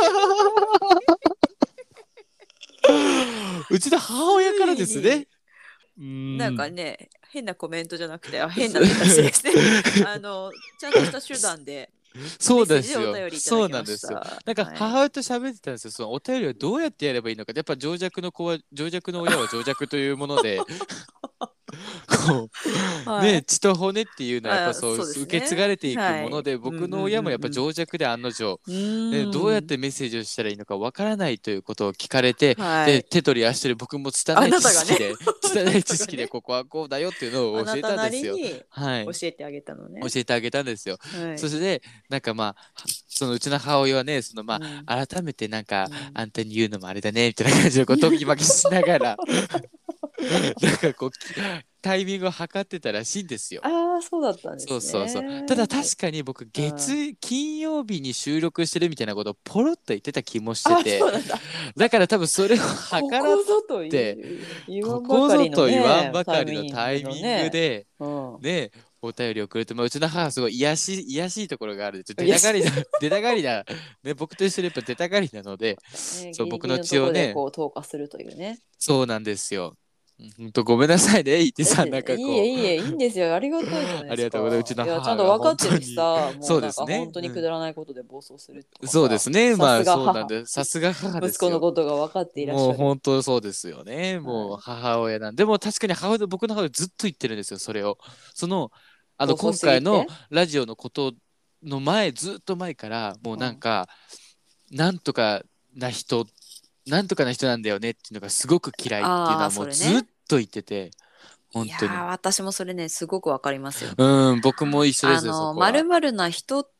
うちの母親からですね。うなんーん。 かね、変なコメントじゃなくて、変なって言ったら失礼ですね。ちゃんとした手段でメッそうセージでおですよ。 便りいただそうきまなんですよ。 した。 なんかはい。 母親と喋ってたんですよ。そのお便りはどうやってやればいいのか。やっぱ情弱の子は情弱の親は情弱というもので、こうはい。 ね、血と骨っていうのはやっぱそうそうで受すね。 け継がれていくはい。 もので、 うん僕のうんうん親もやっぱ情弱で案の定、 うん。うね、どうやっーん。 てメッセージをしたらいいのかわからないということを聞かれて、ではい。 手取り足取り僕も拙あい知なたがね。 識であな拙い知たがね。 識でここはこうだよっていうのあを教えなたなたんですよ。 りにはい。 教えてあげたのね。 教えてあげたんですよ。 はい。 そしてなんかまあそのうちの母親はね、 うん。 改めてなんかうん。 あんたに言うのもあれだねみたいな感じでこうドキマキしながらなんかこうタイミングを測ってたらしいんですよ。 ああ、そうだったんでそうすそうそう。たね。 だ確かに僕うん。 金曜日に収録してるみたいなことをポロッと言ってた気もしてあ、 て、 そうなんだ。 だから多分それをこ計らっこぞとて、 言わこんばかりのこぞと言わんね、 ばかりのタイミングタイミングのね。 で、 うん。 ね、お便りをくれて、まあ、うちの母はすごい癒しいところがあるんで、ちょっといや、 出たがりな、ね、僕と一緒でやっぱ出たがりなので、 ね、 そう、 ギリ僕のギリのところで血をね、 こう投下するというね。 そうなんですよ。ほんとごめんなさいね、イティさん、なんかいいえ、 こう、 いいえ、いいんですよ。ありがたいじゃないあですか。 りがとうございます。うちのいや、ちゃんと母が分かってるし本当に、 さ、もそううなんかですね。 本当にくだらないことで暴走するとかそうでさ、 すね。 さまあすが母。 そうなんです。さすが母で息子のすよ。 ことが分かっていらっしもうゃる。 本当そうですよね。もうはい。 母親なんで。でも確かに僕の母親ずっと言ってるんですよ、それを。その、 暴走し今回のすぎて。 ラジオのことの前、ずっと前から、もううん。 なんか、なんとかな人、なんとかな人なんだよねっていうのがすごく嫌いっていうのああ、 はもうずっそれね。 と言ってて、 いやー、 本当に。 私もそれね、すごく分かりますよ。 うん、僕も一緒ですよ、そこは。 〇〇な人って、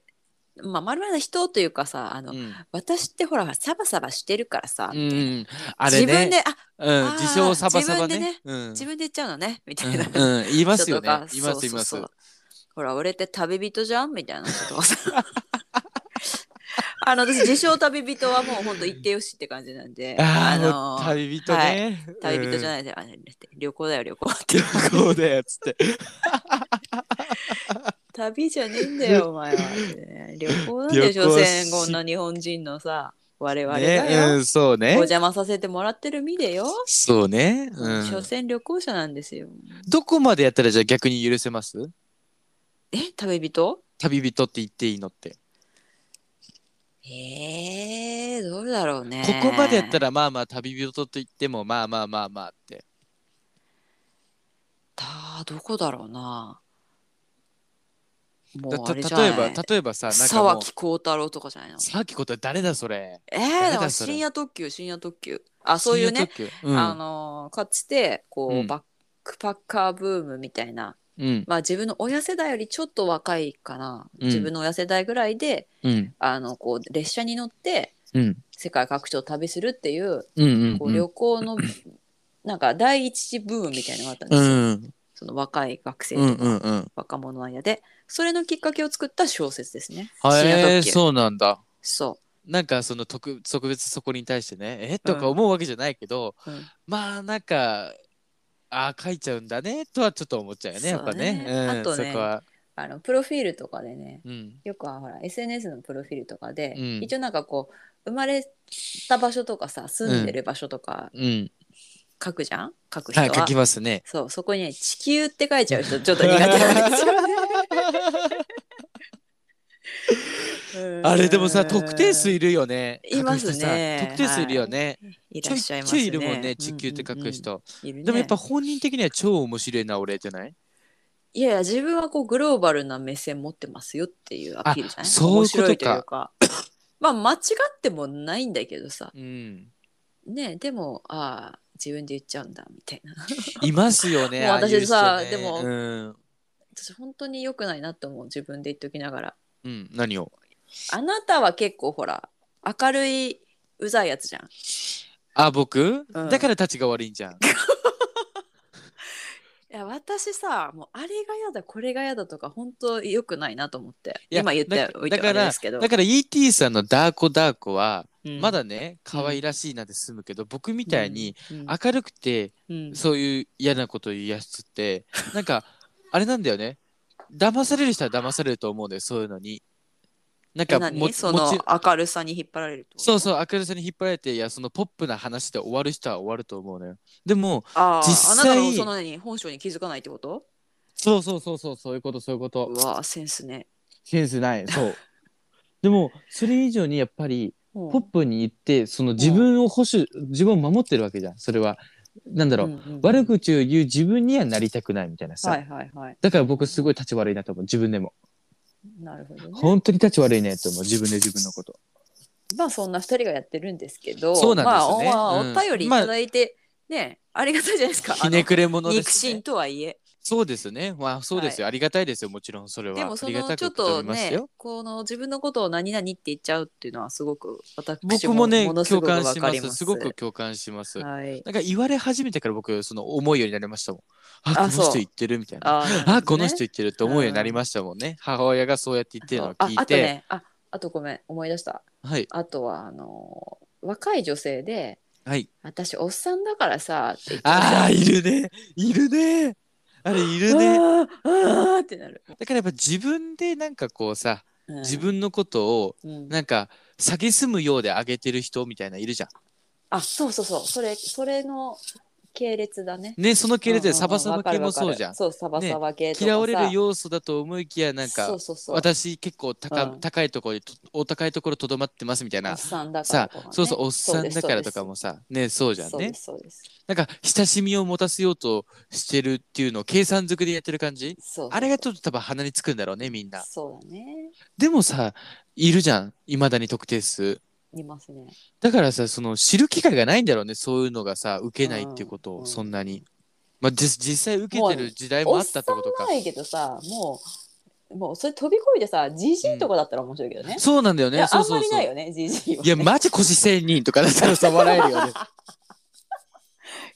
まあ、〇〇な人というかさ、 うん。 私ってほら、サバサバしてるからさ、 うみたいな。 ん、あれね。 自分で、 うん、自称サバ自サバね。 分でね、 うん。 自分で言っちゃうのね、みたいなうん、うん、言いますよね。 人とか、 言います、 そう言います。 そうそう。ほら、俺って旅人じゃんみたいな人とかさ、 私自称旅人はもう本当行ってよしって感じなんで、 もう旅人ね、 はい、旅人じゃないで、旅行だよ旅行って。 旅行だよっつって。 旅じゃねえんだよお前はってね。旅行なんだよ、所詮こんな日本人のさ我々がよ、 ね、そうね、 お邪魔させてもらってる身でよ。 そうね、 所詮旅行者なんですよ。 どこまでやったらじゃあ逆に許せます？ 旅人？ 旅人って言っていいのって。 どうだろうね。 ここまでやったらまあまあ旅人と言ってもまあまあまあまあって。 どこだろうな。もうあれじゃ例ないえばさ、なんか沢木耕太郎とかじゃないの？ 沢木耕太郎誰だそれ？ だから深夜特急。そういうね、かつてこう、バックパッカーブームみたいな、まあ自分の親世代よりちょっと若いかな、自分の親世代ぐらいで、こう列車に乗って、世界各地を旅するっていう、こう旅行のなんか第一次ブームみたいなのがあったんですよ。その若い学生とか、若者の間で、それのきっかけを作った小説ですね。深夜特急。 そうなんだ。 そう。 なんかその特別そこに対してねとか思うわけじゃないけど、まあなんか書いちゃうんだねとはちょっと思っちゃうよね、やっぱね。 あとね、プロフィールとかでね、よくほら SNS のプロフィールとかで、一応なんかこう生まれた場所とかさ、住んでる場所とか書くじゃん、書く人は。 書きますね。 そう、そこにね地球って書いちゃう人ちょっと苦手なんですよ。 あれでもさ、特定数いるよね。 いますね。 特定数いるよね。 いらっしゃいますね。 ちょいいるもんね、地球って書く人。でもやっぱ本人的には超面白いな、俺じゃない？ いやいや、自分はこうグローバルな目線持ってますよっていうアピールじゃない？ そういうことか。面白いというか。まあ間違ってもないんだけどさ。ね、でも自分で言っちゃうんだみたいな。 いますよね。 もう私さ、でも、私本当に良くないなって思う、自分で言っときながら。 何を？ あなたは結構ほら明るいうざいやつじゃん。 僕、だからたちが悪いんじゃん。 いや私さ、もうあれが嫌だこれが嫌だとか本当良くないなと思って、今言っておいてあれですけど、 だから ET さんのダーコはまだね、可愛らしいなって済むけど、僕みたいに明るくて、そういう嫌なこと言うやつってなんかあれなんだよね、騙される人は騙されると思うんだよ、そういうのに。なんかその明るさに引っ張られると。 そうそう、明るさに引っ張られて、いやそのポップな話で終わる人は終わると思うのよ。でも実際あなたのその本性に気づかないってこと？ そういうこと。 うわセンスね。 センスない。そう。でもそれ以上にやっぱりポップに言ってその自分を自分を守ってるわけじゃん。それはなんだろう、悪口を言う自分にはなりたくないみたいなさ。だから僕すごい立ち悪いなと思う、自分でも。 なるほどね。 本当に立ち悪いねと思う、自分で自分のこと。 まあそんな2人がやってるんですけど、 そうなんですね。 お便りいただいて、ね、ありがたいじゃないですか。 ひねくれ者ですね。 肉親とはいえ。 そうですね。まあそうですよ、ありがたいですよ、もちろんそれは。 でもそのちょっとね、この自分のことを何々って言っちゃうっていうのはすごく私もものすごくわかります。 すごく共感します。なんか言われ始めてから僕その思うようになりましたもん。この人言ってるみたいな。この人言ってるって思うようになりましたもんね。母親がそうやって言ってるのを聞いて。 あとね、あとごめん思い出した。あとは若い女性で、私おっさんだからさって言ってました。 いるね。あれいるね。 ってなる。 だからやっぱ自分でなんかこうさ、自分のことをなんか蔑むようで上げてる人みたいないるじゃん。 そうそれの系列だね。 その系列でサバサバ系もそうじゃん。 そうサバサバ系とかさ、 嫌われる要素だと思いきやなんか私結構高いところにお高いところとどまってますみたいな。 おっさんだからとかね。 そうおっさんだからとかもさそうじゃんね。 そうです。 なんか親しみを持たせようとしてるっていうのを計算づくでやってる感じ。あれがちょっと多分鼻につくんだろうね、みんな。 そうだね。 でもさいるじゃん、いまだに特定数。 いますね。 だからさ、その知る機会がないんだろうね、そういうのがさ受けないっていうことを、そんなに。まあ実際受けてる時代もあったってことか。 おっさんないけどさ、もうそれ飛び越えてさ、ジジイとかだったら面白いけどね。 そうなんだよね。 あんまりないよね、ジジイは。 いやマジ腰1000人とかだったらさ笑えるよね。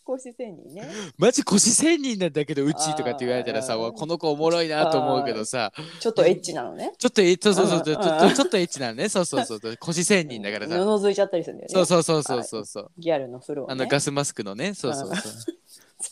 腰仙人ね。 マジ腰仙人なんだけどうちとかって言われたらさ、この子おもろいなと思うけどさ、 ちょっとエッチなのね。 ちょっとそうそうそう、ちょっとエッチなのね。そうそうそう、腰仙人だからさ。 覗いちゃったりするんだよね。 そうそうそうそうそう。 ギャルの風呂ね。 ガスマスクのね、そうそうそう。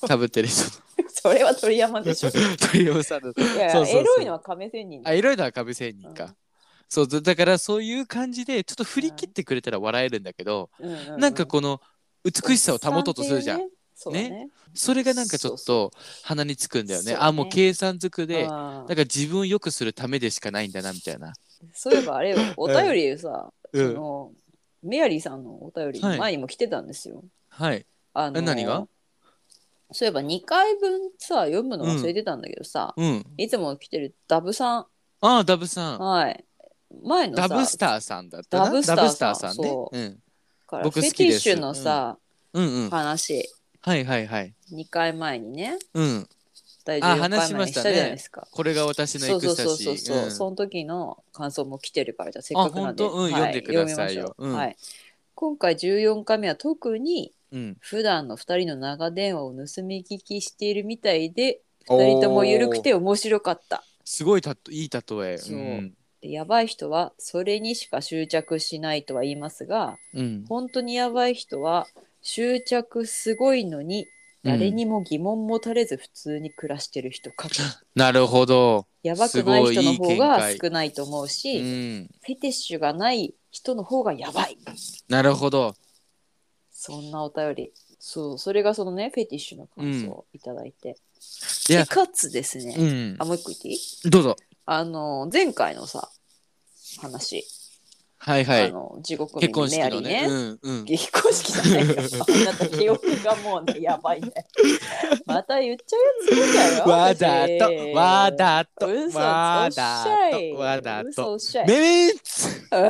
かぶってる人。 それは鳥山でしょ。 鳥山さんの。 いや、エロいのは亀仙人。 エロいのは亀仙人か。そうだからそういう感じでちょっと振り切ってくれたら笑えるんだけど、なんかこの美しさを保とうとするじゃん。ね。それがなんかちょっと鼻につくんだよね。もう計算づくで、なんか自分を良くするためでしかないんだなみたいな。 そういえばあれよ、お便りさ、メアリーさんのお便り前にも来てたんですよ。 はい。何が？ そういえば2回分さ読むの忘れてたんだけどさ、いつも来てるダブさん。 ダブさん。 はい。前のさダブスターさんだったな。 ダブスターさんね。 そう。 からフェティッシュのさ、話。 はいはいはい。 2回前にね。 話しましたね。これが私のエクスタシー。 そう。その時の感想も来てるから、じゃあせっかくなんで読んでくださいよ。 はい。今回14回目は特に普段の2人の長電話を盗み聞きしているみたいで、2人とも緩くて面白かった。 すごいいい例え。 そう。やばい人はそれにしか執着しないとは言いますが、本当にやばい人は執着すごいのに誰にも疑問も垂れず普通に暮らしてる人かと。 なるほど。 やばくない人の方が少ないと思うし、フェティッシュがない人の方がやばい。 なるほど。 そんなお便り。そう、それがそのね、フェティッシュの感想をいただいて。でかつですね、もう一個言っていい？ どうぞ。 前回のさ、話。 はいはい。 地獄にメアリーね。結婚式じゃないよ。あなた記憶がもうね、やばいね。また言っちゃうやついるんだよ。 わざと、わざと、 わざと、 わざと。 おっしゃい。 メメンツ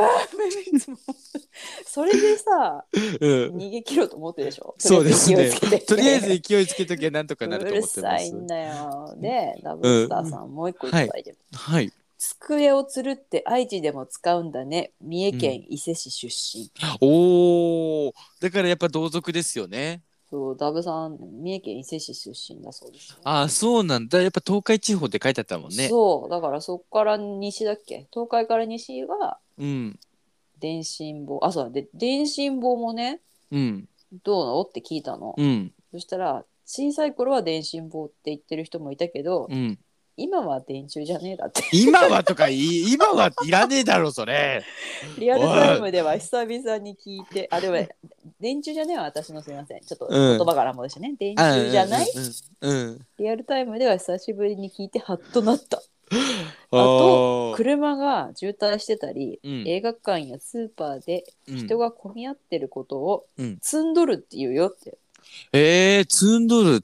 それでさ、逃げ切ろうと思ってるでしょ。 そうですね。とりあえず勢いつけときゃなんとかなると思ってます。 うるさいんだよ。で、ダブルスターさん、もう一個いただいてる。 はい。 机をつるって愛知でも使うんだね。三重県伊勢市出身。 だからやっぱ同族ですよね。 そう、ダブさん、三重県伊勢市出身だそうです、 ね。そうなんだ。やっぱ東海地方って書いてあったもんね。 そう、だからそっから西だっけ？東海から西は、電信棒。そうで、電信棒もね、どうなのって聞いたの。そしたら、小さい頃は電信棒って言ってる人もいたけど、今は電柱じゃねえだって。 今はいらねえだろそれ。 リアルタイムでは久々に聞いて、でも電柱じゃねえわ、私のすみません。ちょっと言葉からもですね。電柱じゃない？リアルタイムでは久しぶりに聞いてハッとなった。あと車が渋滞してたり、映画館やスーパーで人が混み合ってることを積んどるって言うよって。 積んどるって。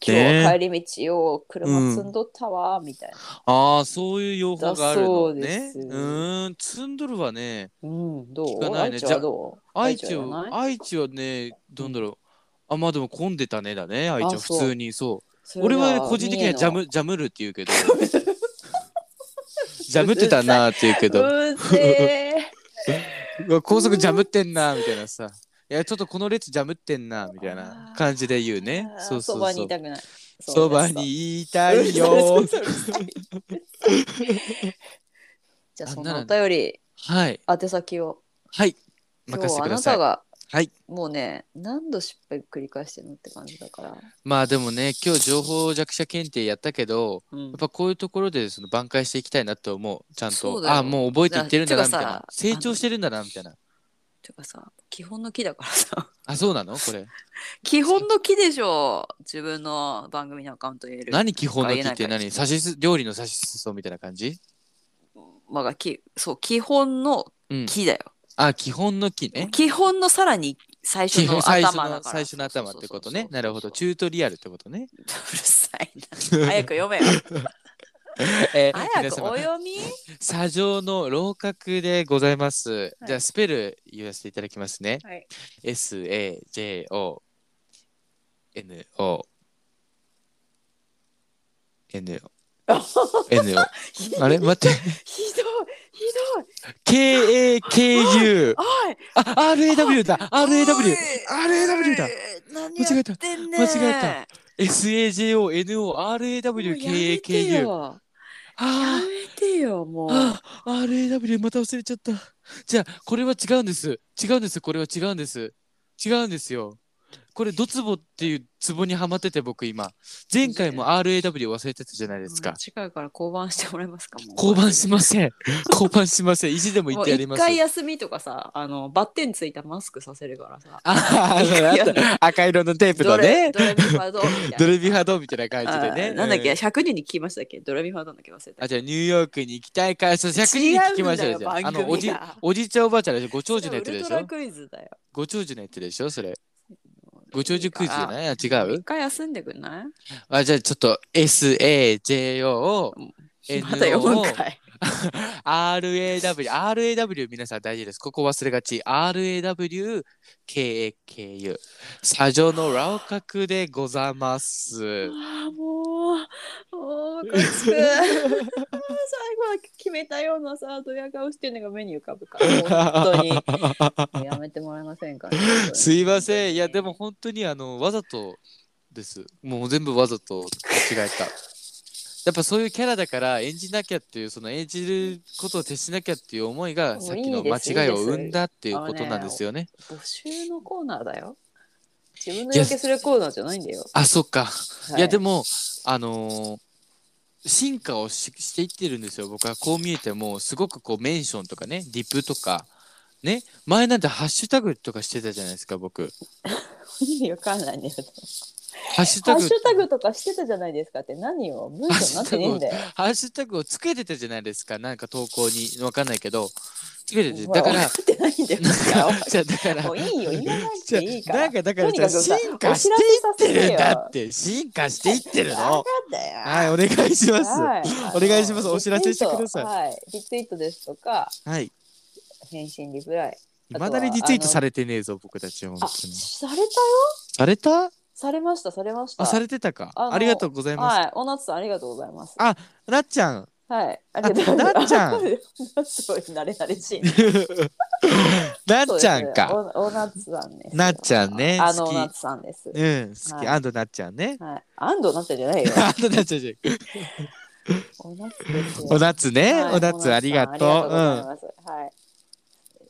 今日帰り道を車積んどったわみたいな。 そういう用法があるのね。積んどるはね。 どう？愛知はどう？ 愛知はね、どんだろう。まあでも混んでたねだね。愛知は普通にそう。俺は個人的にはジャムるって言うけど。ジャムってたなって言うけど。高速ジャムってんなみたいなさ。いやちょっとこの列ジャムってんなみたいな感じで言うね。そうそうそう。 そばにいたくない。 そばにいたいよ。 じゃあそのお便り、宛先を。 はい。任せてください。 あなたがもうね何度失敗繰り返してるのって感じだから。 まあでもね今日情報弱者検定やったけど、やっぱこういうところでその挽回していきたいなと思う。ちゃんともう覚えていってるんだなみたいな。成長してるんだなみたいな。 てかさ、基本の木だからさ。 そうなのこれ。 基本の木でしょ。自分の番組のアカウント入れる。 何基本の木って何？料理のさしすそみたいな感じ？ そう、基本の木だよ。 基本の木ね。 基本のさらに最初の頭だから。 最初の頭ってことね。なるほど。チュートリアルってことね。 うるさいな。早く読めよ。早くお読み。 砂上の楼閣でございます。じゃあスペル言わせていただきますね。SAJONOあれ待って。 ひどい。 KAKU。RAW だ。RAW だ。 何やってんねー。 間違えた。SAJONORAWKAKU。 やめてよ、もう。 RAW また忘れちゃった。じゃあ、これは違うんです。違うんです。これは違うんです。違うんですよ。これドツボっていうツボにはまってて僕今前回も RAW 忘れてたじゃないですか。 違うから降板してもらえますか。もう降板しません。降板しません。意地でも言ってやります。 一回休みとかさ、バッテンついたマスクさせるからさ。 赤色のテープのね。 ドレミファドみたいな。 ドレミファドみたいな感じでね。 なんだっけ、100人に聞きましたっけ、ドレミファドだけ忘れた。 じゃあニューヨークに行きたいから100人に聞きましょう。じゃあおじいちゃんおばあちゃんでしょ。ご長寿のやつでしょ。ご長寿のやつでしょそれ。ご長寿クイズじゃない？違う？ 一回休んでくんない？ じゃあちょっと SAJO まだ読むんかい。 RAW 皆さん大事です。ここ忘れがち。RAW KAKU サジョのラオカクでござます。 もうムカつく。最後は決めたようなさ、ドヤ顔してるのが目に浮かぶから本当にやめてもらえませんかね。 すいません。いやでも本当にわざとです。もう全部わざと間違えた。やっぱそういうキャラだから演じなきゃっていうその演じることを徹しなきゃっていう思いがさっきの間違いを生んだっていうことなんですよね。 募集のコーナーだよ。自分の要求するコーナーじゃないんだよ。 そっか。いやでも進化をしていってるんですよ。僕はこう見えてもすごくこうメンションとかねリプとかね前なんてハッシュタグとかしてたじゃないですか僕。 意味わかんないんだよ。 ハッシュタグとかしてたじゃないですかって何よ。文章になってねえんだよ。 ハッシュタグをつけてたじゃないですか。なんか投稿にわかんないけどつけててだからってないんだよ。 だからもういいよ、言わなくていいから。 だから進化していってるんだって進化していってるの。はい、お願いします。お願いします。お知らせしてください。 はい、リツイートですとか、 はい、 返信リプライ。 まだにリツイートされてねえぞ僕たちは。 されたよ。 された？ されました、されました。 されてたか。ありがとうございます。 はい、おなつさんありがとうございます。 なっちゃん。 はい、ありがとうございます。 なっちゃん。 すごい慣れ慣れしい。 なっちゃんか。 おなつさんです。 なっちゃんね。 おなつさんです。 好き。安藤なっちゃんね。 はい。安藤なっちゃんじゃないよ。 安藤なっちゃんじゃない。 おなつですよ。 おなつね。おなつありがとう。 はい。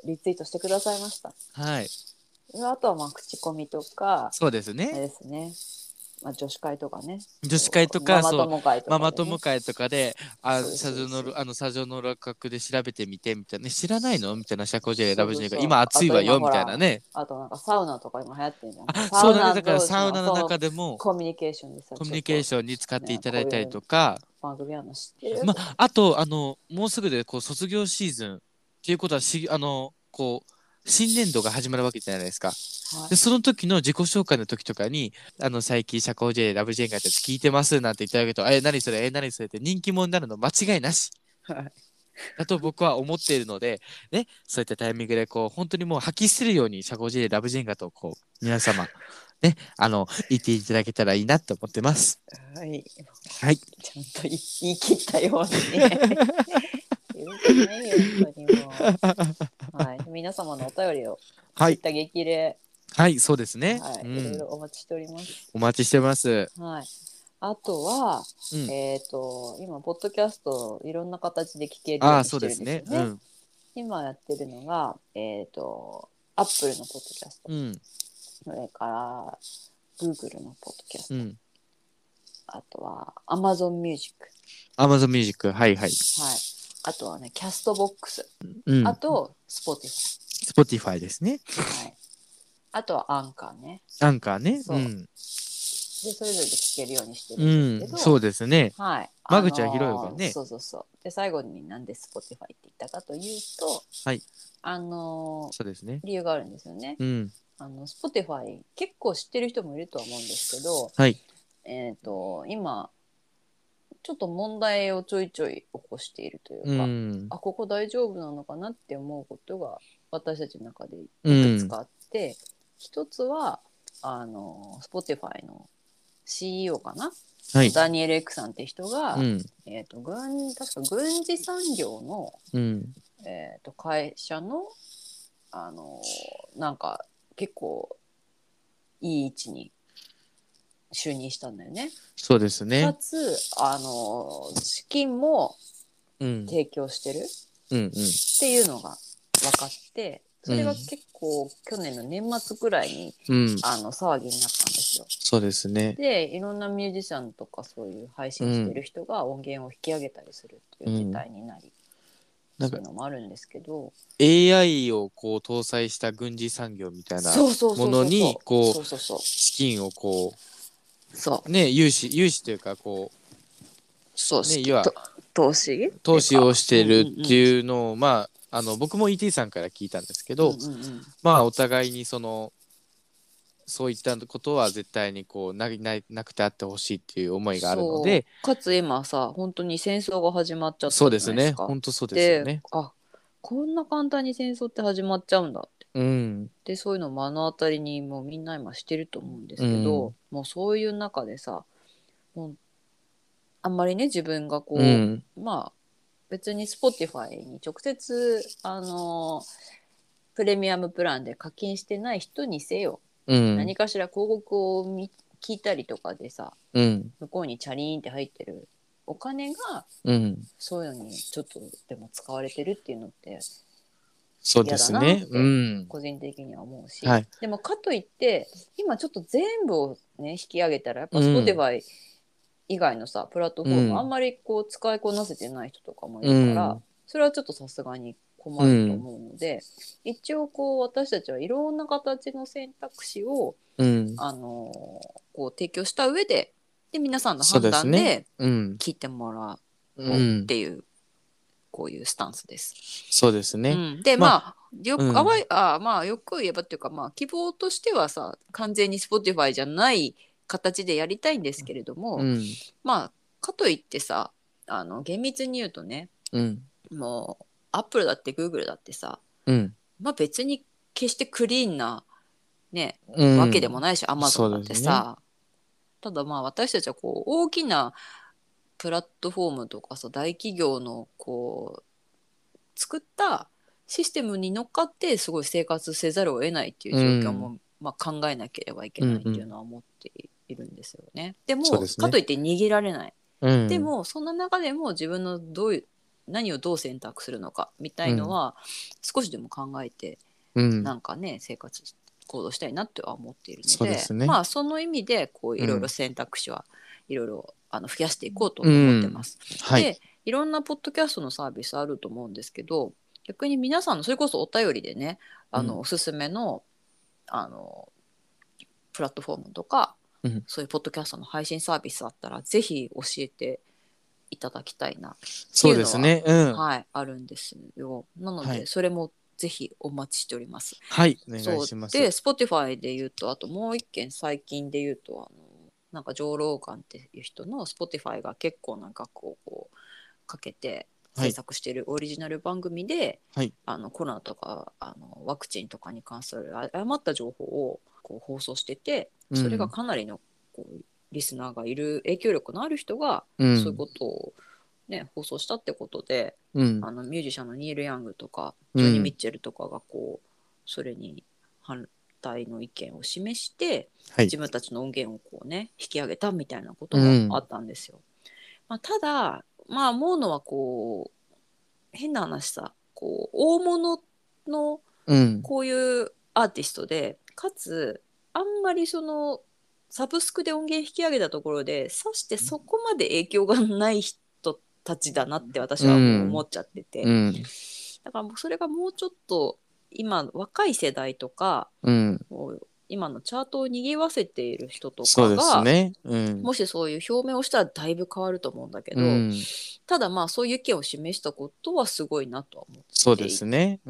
リツイートしてくださいました。 はい。 あとは口コミとか。 そうですね。 ですね。女子会とかね。 女子会とか、 ママ友会とか、 ママ友会とかで、サジョの落角で調べてみてみたいな、知らないのみたいな社交辞令ラブジェが今暑いわよみたいなね。 あとなんかサウナとか今流行ってるじゃん。 そうだね。だからサウナの中でもコミュニケーションでさ、 コミュニケーションに使っていただいたりとか、 番組は知ってる。 あともうすぐでこう卒業シーズンっていうことはこう新年度が始まるわけじゃないですか。でその時の自己紹介の時とかに最近社交辞令ラブジェンガーって聞いてますなんて言ってあげると何それ何それって人気者になるの間違いなし、だと僕は思っているのでね、そういったタイミングでこう本当にもう吐き捨てるように社交辞令ラブジェンガーとこう皆様ね言っていただけたらいいなと思ってます。 はい、 はい、 ちゃんと言い切ったようにね。言うことないよ本当にもう。はい、皆様のお便りをいった激励。 はい、そうですね。 はい、いろいろお待ちしております。 お待ちしてます。 はい。あとは、今ポッドキャストいろんな形で聞けるようにしてるんですよね。今やってるのがアップルのポッドキャスト、それから Google のポッドキャスト、あとは Amazon Music、Amazon Music、はいはい。 あとはねキャストボックス、あと Spotify ですね。 はい。あとはアンカーね。 そう。 でそれぞれで聞けるようにしてるんですけど、 そうですね。 はい。 間口は広いからね。 そう。で最後になんで Spotify って言ったかというと、 はい。 そうですね。 理由があるんですよね。Spotify 結構知ってる人もいるとは思うんですけど、 はい。 今ちょっと問題をちょいちょい起こしているというか、ここ大丈夫なのかなって思うことが私たちの中でいくつかあって、一つはSpotify の CEO かな、ダニエル・エクさんって人が、確か軍事産業の、会社のなんか結構いい位置に就任したんだよね。 そうですね。 かつ資金も提供してるっていうのが分かって、それが結構去年の年末ぐらいに、騒ぎになったんですよ。 そうですね。 でいろんなミュージシャンとかそういう配信してる人が音源を引き上げたりするっていう事態になり、そういうのもあるんですけど、 AI をこう搭載した軍事産業みたいなものにこう資金をこうね融資というかこうね要は投資をしてるっていうのをまあ僕も ET さんから聞いたんですけど、まあお互いにそういったことは絶対にこうなくてあってほしいっていう思いがあるので、 かつ今さ本当に戦争が始まっちゃったじそうですね、 ゃないですか。 本当そうですよね。 で、あ、こんな簡単に戦争って始まっちゃうんだって、でそういうのを目の当たりにもうみんな今してると思うんですけど、もうそういう中でさ、もうあんまりね自分がこう、まあ別に Spotify に直接プレミアムプランで課金してない人にせよ、何かしら広告を聞いたりとかでさ、向こうにチャリーンって入ってるお金が、そういうのにちょっとでも使われてるっていうのってそうですね、 個人的には思うし、でもかといって今ちょっと全部をね引き上げたらやっぱ Spotify 以外のさプラットフォーム、あんまりこう使いこなせてない人とかもいるから、それはちょっとさすがに困ると思うので、一応こう私たちはいろんな形の選択肢を、こう提供した上で皆さんの判断で聞いてもらおうっていう、こういうスタンスです。 そうですね。 でまあよく言えばっていうか、まあ希望としてはさ完全に Spotify じゃない形でやりたいんですけれども、まあかといってさ厳密に言うとね、もうアップルだってグーグルだってさ、まあ別に決してクリーンなね、わけでもないし、アマゾンだってさ、ただまあ私たちはこう大きなプラットフォームとかさ大企業のこう作ったシステムに乗っかってすごい生活せざるを得ないっていう状況も、まあ、考えなければいけないっていうのは思っているんですよね。でもかといって逃げられない。でもそんな中でも自分の何をどう選択するのかみたいのは少しでも考えて、なんかね生活行動したいなっては思っているので、まあその意味でこういろいろ選択肢はいろいろ増やしていこうと思ってます。でいろんなポッドキャストのサービスあると思うんですけど、逆に皆さんのそれこそお便りでねおすすめのプラットフォームとか、そういうポッドキャストの配信サービスあったらぜひ教えていただきたいなっていうのは、はい、あるんですよ。なので、それもぜひお待ちしております。 はい、お願いします。 で Spotify で言うとあともう一件最近で言うとなんかジョー・ローガンっていう人の Spotify が結構な額をこうかけて制作しているオリジナル番組で、コロナとかワクチンとかに関する誤った情報をこう放送してて、それがかなりのこうリスナーがいる影響力のある人がそういうことを、ね、放送したってことで、ミュージシャンのニール・ヤングとかジョニー・ミッチェルとかがこうそれに反対の意見を示して、自分たちの音源をこうね引き上げたみたいなこともあったんですよ。まあ、ただまあ思うのはこう変な話さこう大物のこういうアーティストで、かつあんまりそのサブスクで音源引き上げたところでさしてそこまで影響がない人たちだなって私はもう思っちゃってて、だからもうそれがもうちょっと今若い世代とか、もう今のチャートを賑わせている人とかが、もしそういう表明をしたらだいぶ変わると思うんだけど、ただまあそういう意見を示したことはすごいなとは思っていて、 そうですね、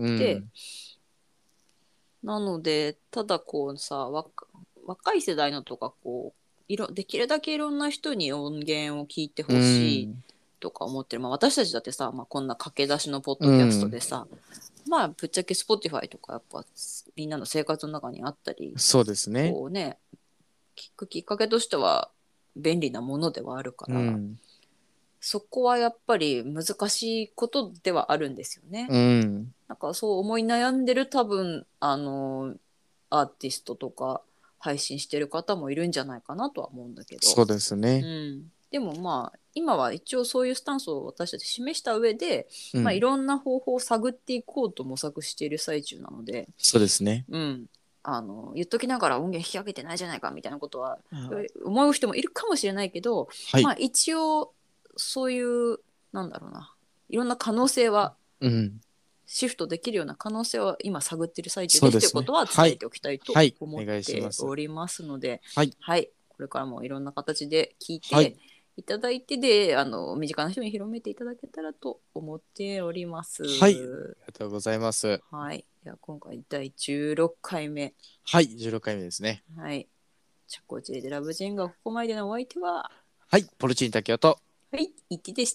なのでただこうさ若い世代のとかこうできるだけいろんな人に音源を聞いてほしいとか思ってる、まあ、私たちだってさ、まあ、こんな駆け出しのポッドキャストでさ、まあぶっちゃけ Spotify とかやっぱみんなの生活の中にあったり、 そうですね、 こうね聞くきっかけとしては便利なものではあるから、そこはやっぱり難しいことではあるんですよね。なんかそう思い悩んでる多分アーティストとか配信してる方もいるんじゃないかなとは思うんだけど。 そうですね。 でもまあ今は一応そういうスタンスを私たち示した上で、まあ、いろんな方法を探っていこうと模索している最中なので。 そうですね。 言っときながら音源引き上げてないじゃないかみたいなことは思う人もいるかもしれないけど、まあ一応そういうなんだろうないろんな可能性は、シフトできるような可能性は今探っている最中ですということは伝えておきたいと思っておりますので、はい、これからもいろんな形で聞いていただいてで、身近な人に広めていただけたらと思っております。 はい、ありがとうございます。 はい、では今回第16回目。 はい、16回目ですね。 はい、チャコチでラブジェンがここまでのお相手は、 はい、ポルチーニ竹雄と、 はい、イッティでした。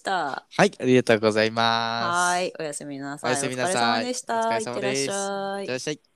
はい、ありがとうございます。 はい、おやすみなさい。 おやすみなさい。 お疲れ様でした。 お疲れ様です。 いってらっしゃい。 いってらっしゃい。